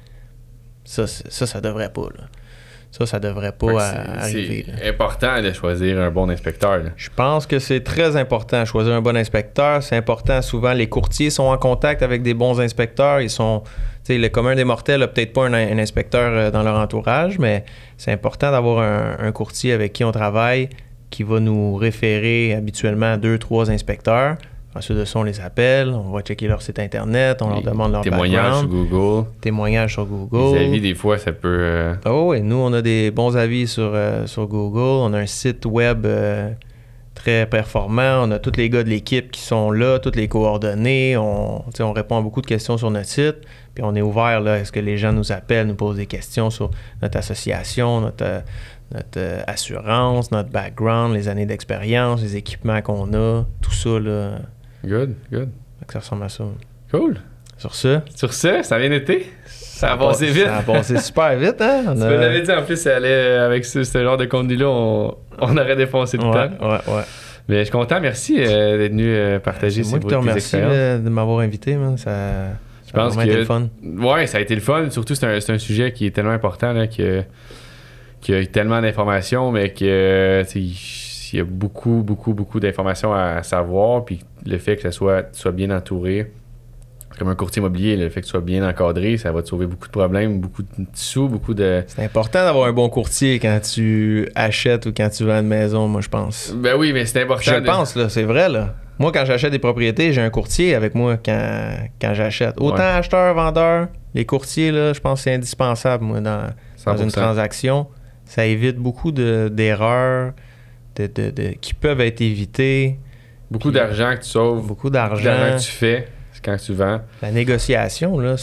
Ça devrait pas, là. Ça devrait pas arriver. C'est important de choisir un bon inspecteur. Là. Je pense que c'est très important de choisir un bon inspecteur. C'est important. Souvent, les courtiers sont en contact avec des bons inspecteurs. Ils sont... le commun des mortels n'a peut-être pas un inspecteur dans leur entourage, mais c'est important d'avoir un courtier avec qui on travaille qui va nous référer habituellement 2-3 inspecteurs. Ensuite de ça, on les appelle, on va checker leur site Internet, on leur demande leur témoignages sur Google. Témoignages sur Google. Les avis, des fois, ça peut... Oh, et nous, on a des bons avis sur Google. On a un site web très performant. On a tous les gars de l'équipe qui sont là, toutes les coordonnées. On répond à beaucoup de questions sur notre site. Puis on est ouvert, là. Est-ce que les gens nous appellent, nous posent des questions sur notre association, notre assurance, notre background, les années d'expérience, les équipements qu'on a, tout ça, là. Good. Ça ressemble à ça. Cool. Sur ça, ça a bien été. Ça a passé vite. Ça a passé super vite, hein? Tu me l'avais dit, en plus, ça allait avec ce genre de contenu-là, on aurait défoncé le temps. Ouais. Mais je suis content, merci d'être venu partager ces expériences. De m'avoir invité, man. Je pense que été le fun. Ouais, ça a été le fun. Surtout, c'est un sujet qui est tellement important, là, qu'il y a tellement d'informations, mais que il y a beaucoup d'informations à savoir, puis le fait que tu sois bien entouré, comme un courtier immobilier, le fait que tu sois bien encadré, ça va te sauver beaucoup de problèmes, beaucoup de sous, beaucoup de... C'est important d'avoir un bon courtier quand tu achètes ou quand tu vends une maison, moi, je pense. Ben oui, mais c'est important. Je pense, là, c'est vrai, là. Moi, quand j'achète des propriétés, j'ai un courtier avec moi quand j'achète. Autant acheteur, vendeur, les courtiers, là, je pense que c'est indispensable, moi, dans une transaction. Ça évite beaucoup d'erreurs qui peuvent être évitées. Beaucoup d'argent que tu sauves. Beaucoup d'argent. Beaucoup d'argent que tu fais quand tu vends. La négociation, là,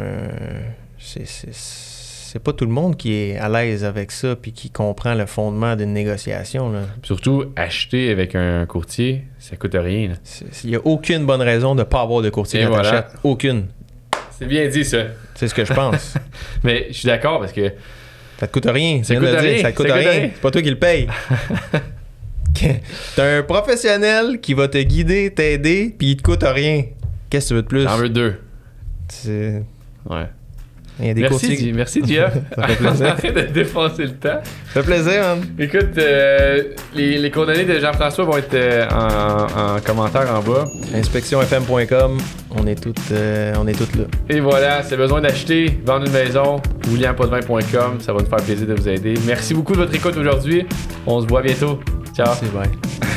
c'est pas tout le monde qui est à l'aise avec ça puis qui comprend le fondement d'une négociation, là. Surtout, acheter avec un courtier, ça coûte rien. Il n'y a aucune bonne raison de ne pas avoir de courtier quand t'achètes. Aucune. C'est bien dit, ça. C'est ce que je pense. Mais je suis d'accord parce que... Ça te coûte rien. Ça te coûte rien. C'est pas toi qui le payes. T'as un professionnel qui va te guider, t'aider, puis il te coûte rien. Qu'est-ce que tu veux de plus? J'en veux 2. Ouais. Il y a des courtiers... Merci, Jeff. Ça fait plaisir. Arrête de défoncer le temps. Ça fait plaisir, man. Écoute, les coordonnées de Jean-François vont être en commentaire en bas. Inspectionfm.com, on est toutes là. Et voilà, si vous avez besoin d'acheter, vendre une maison, williampotvin.com, ça va nous faire plaisir de vous aider. Merci beaucoup de votre écoute aujourd'hui. On se voit bientôt. Ciao. Merci, bye.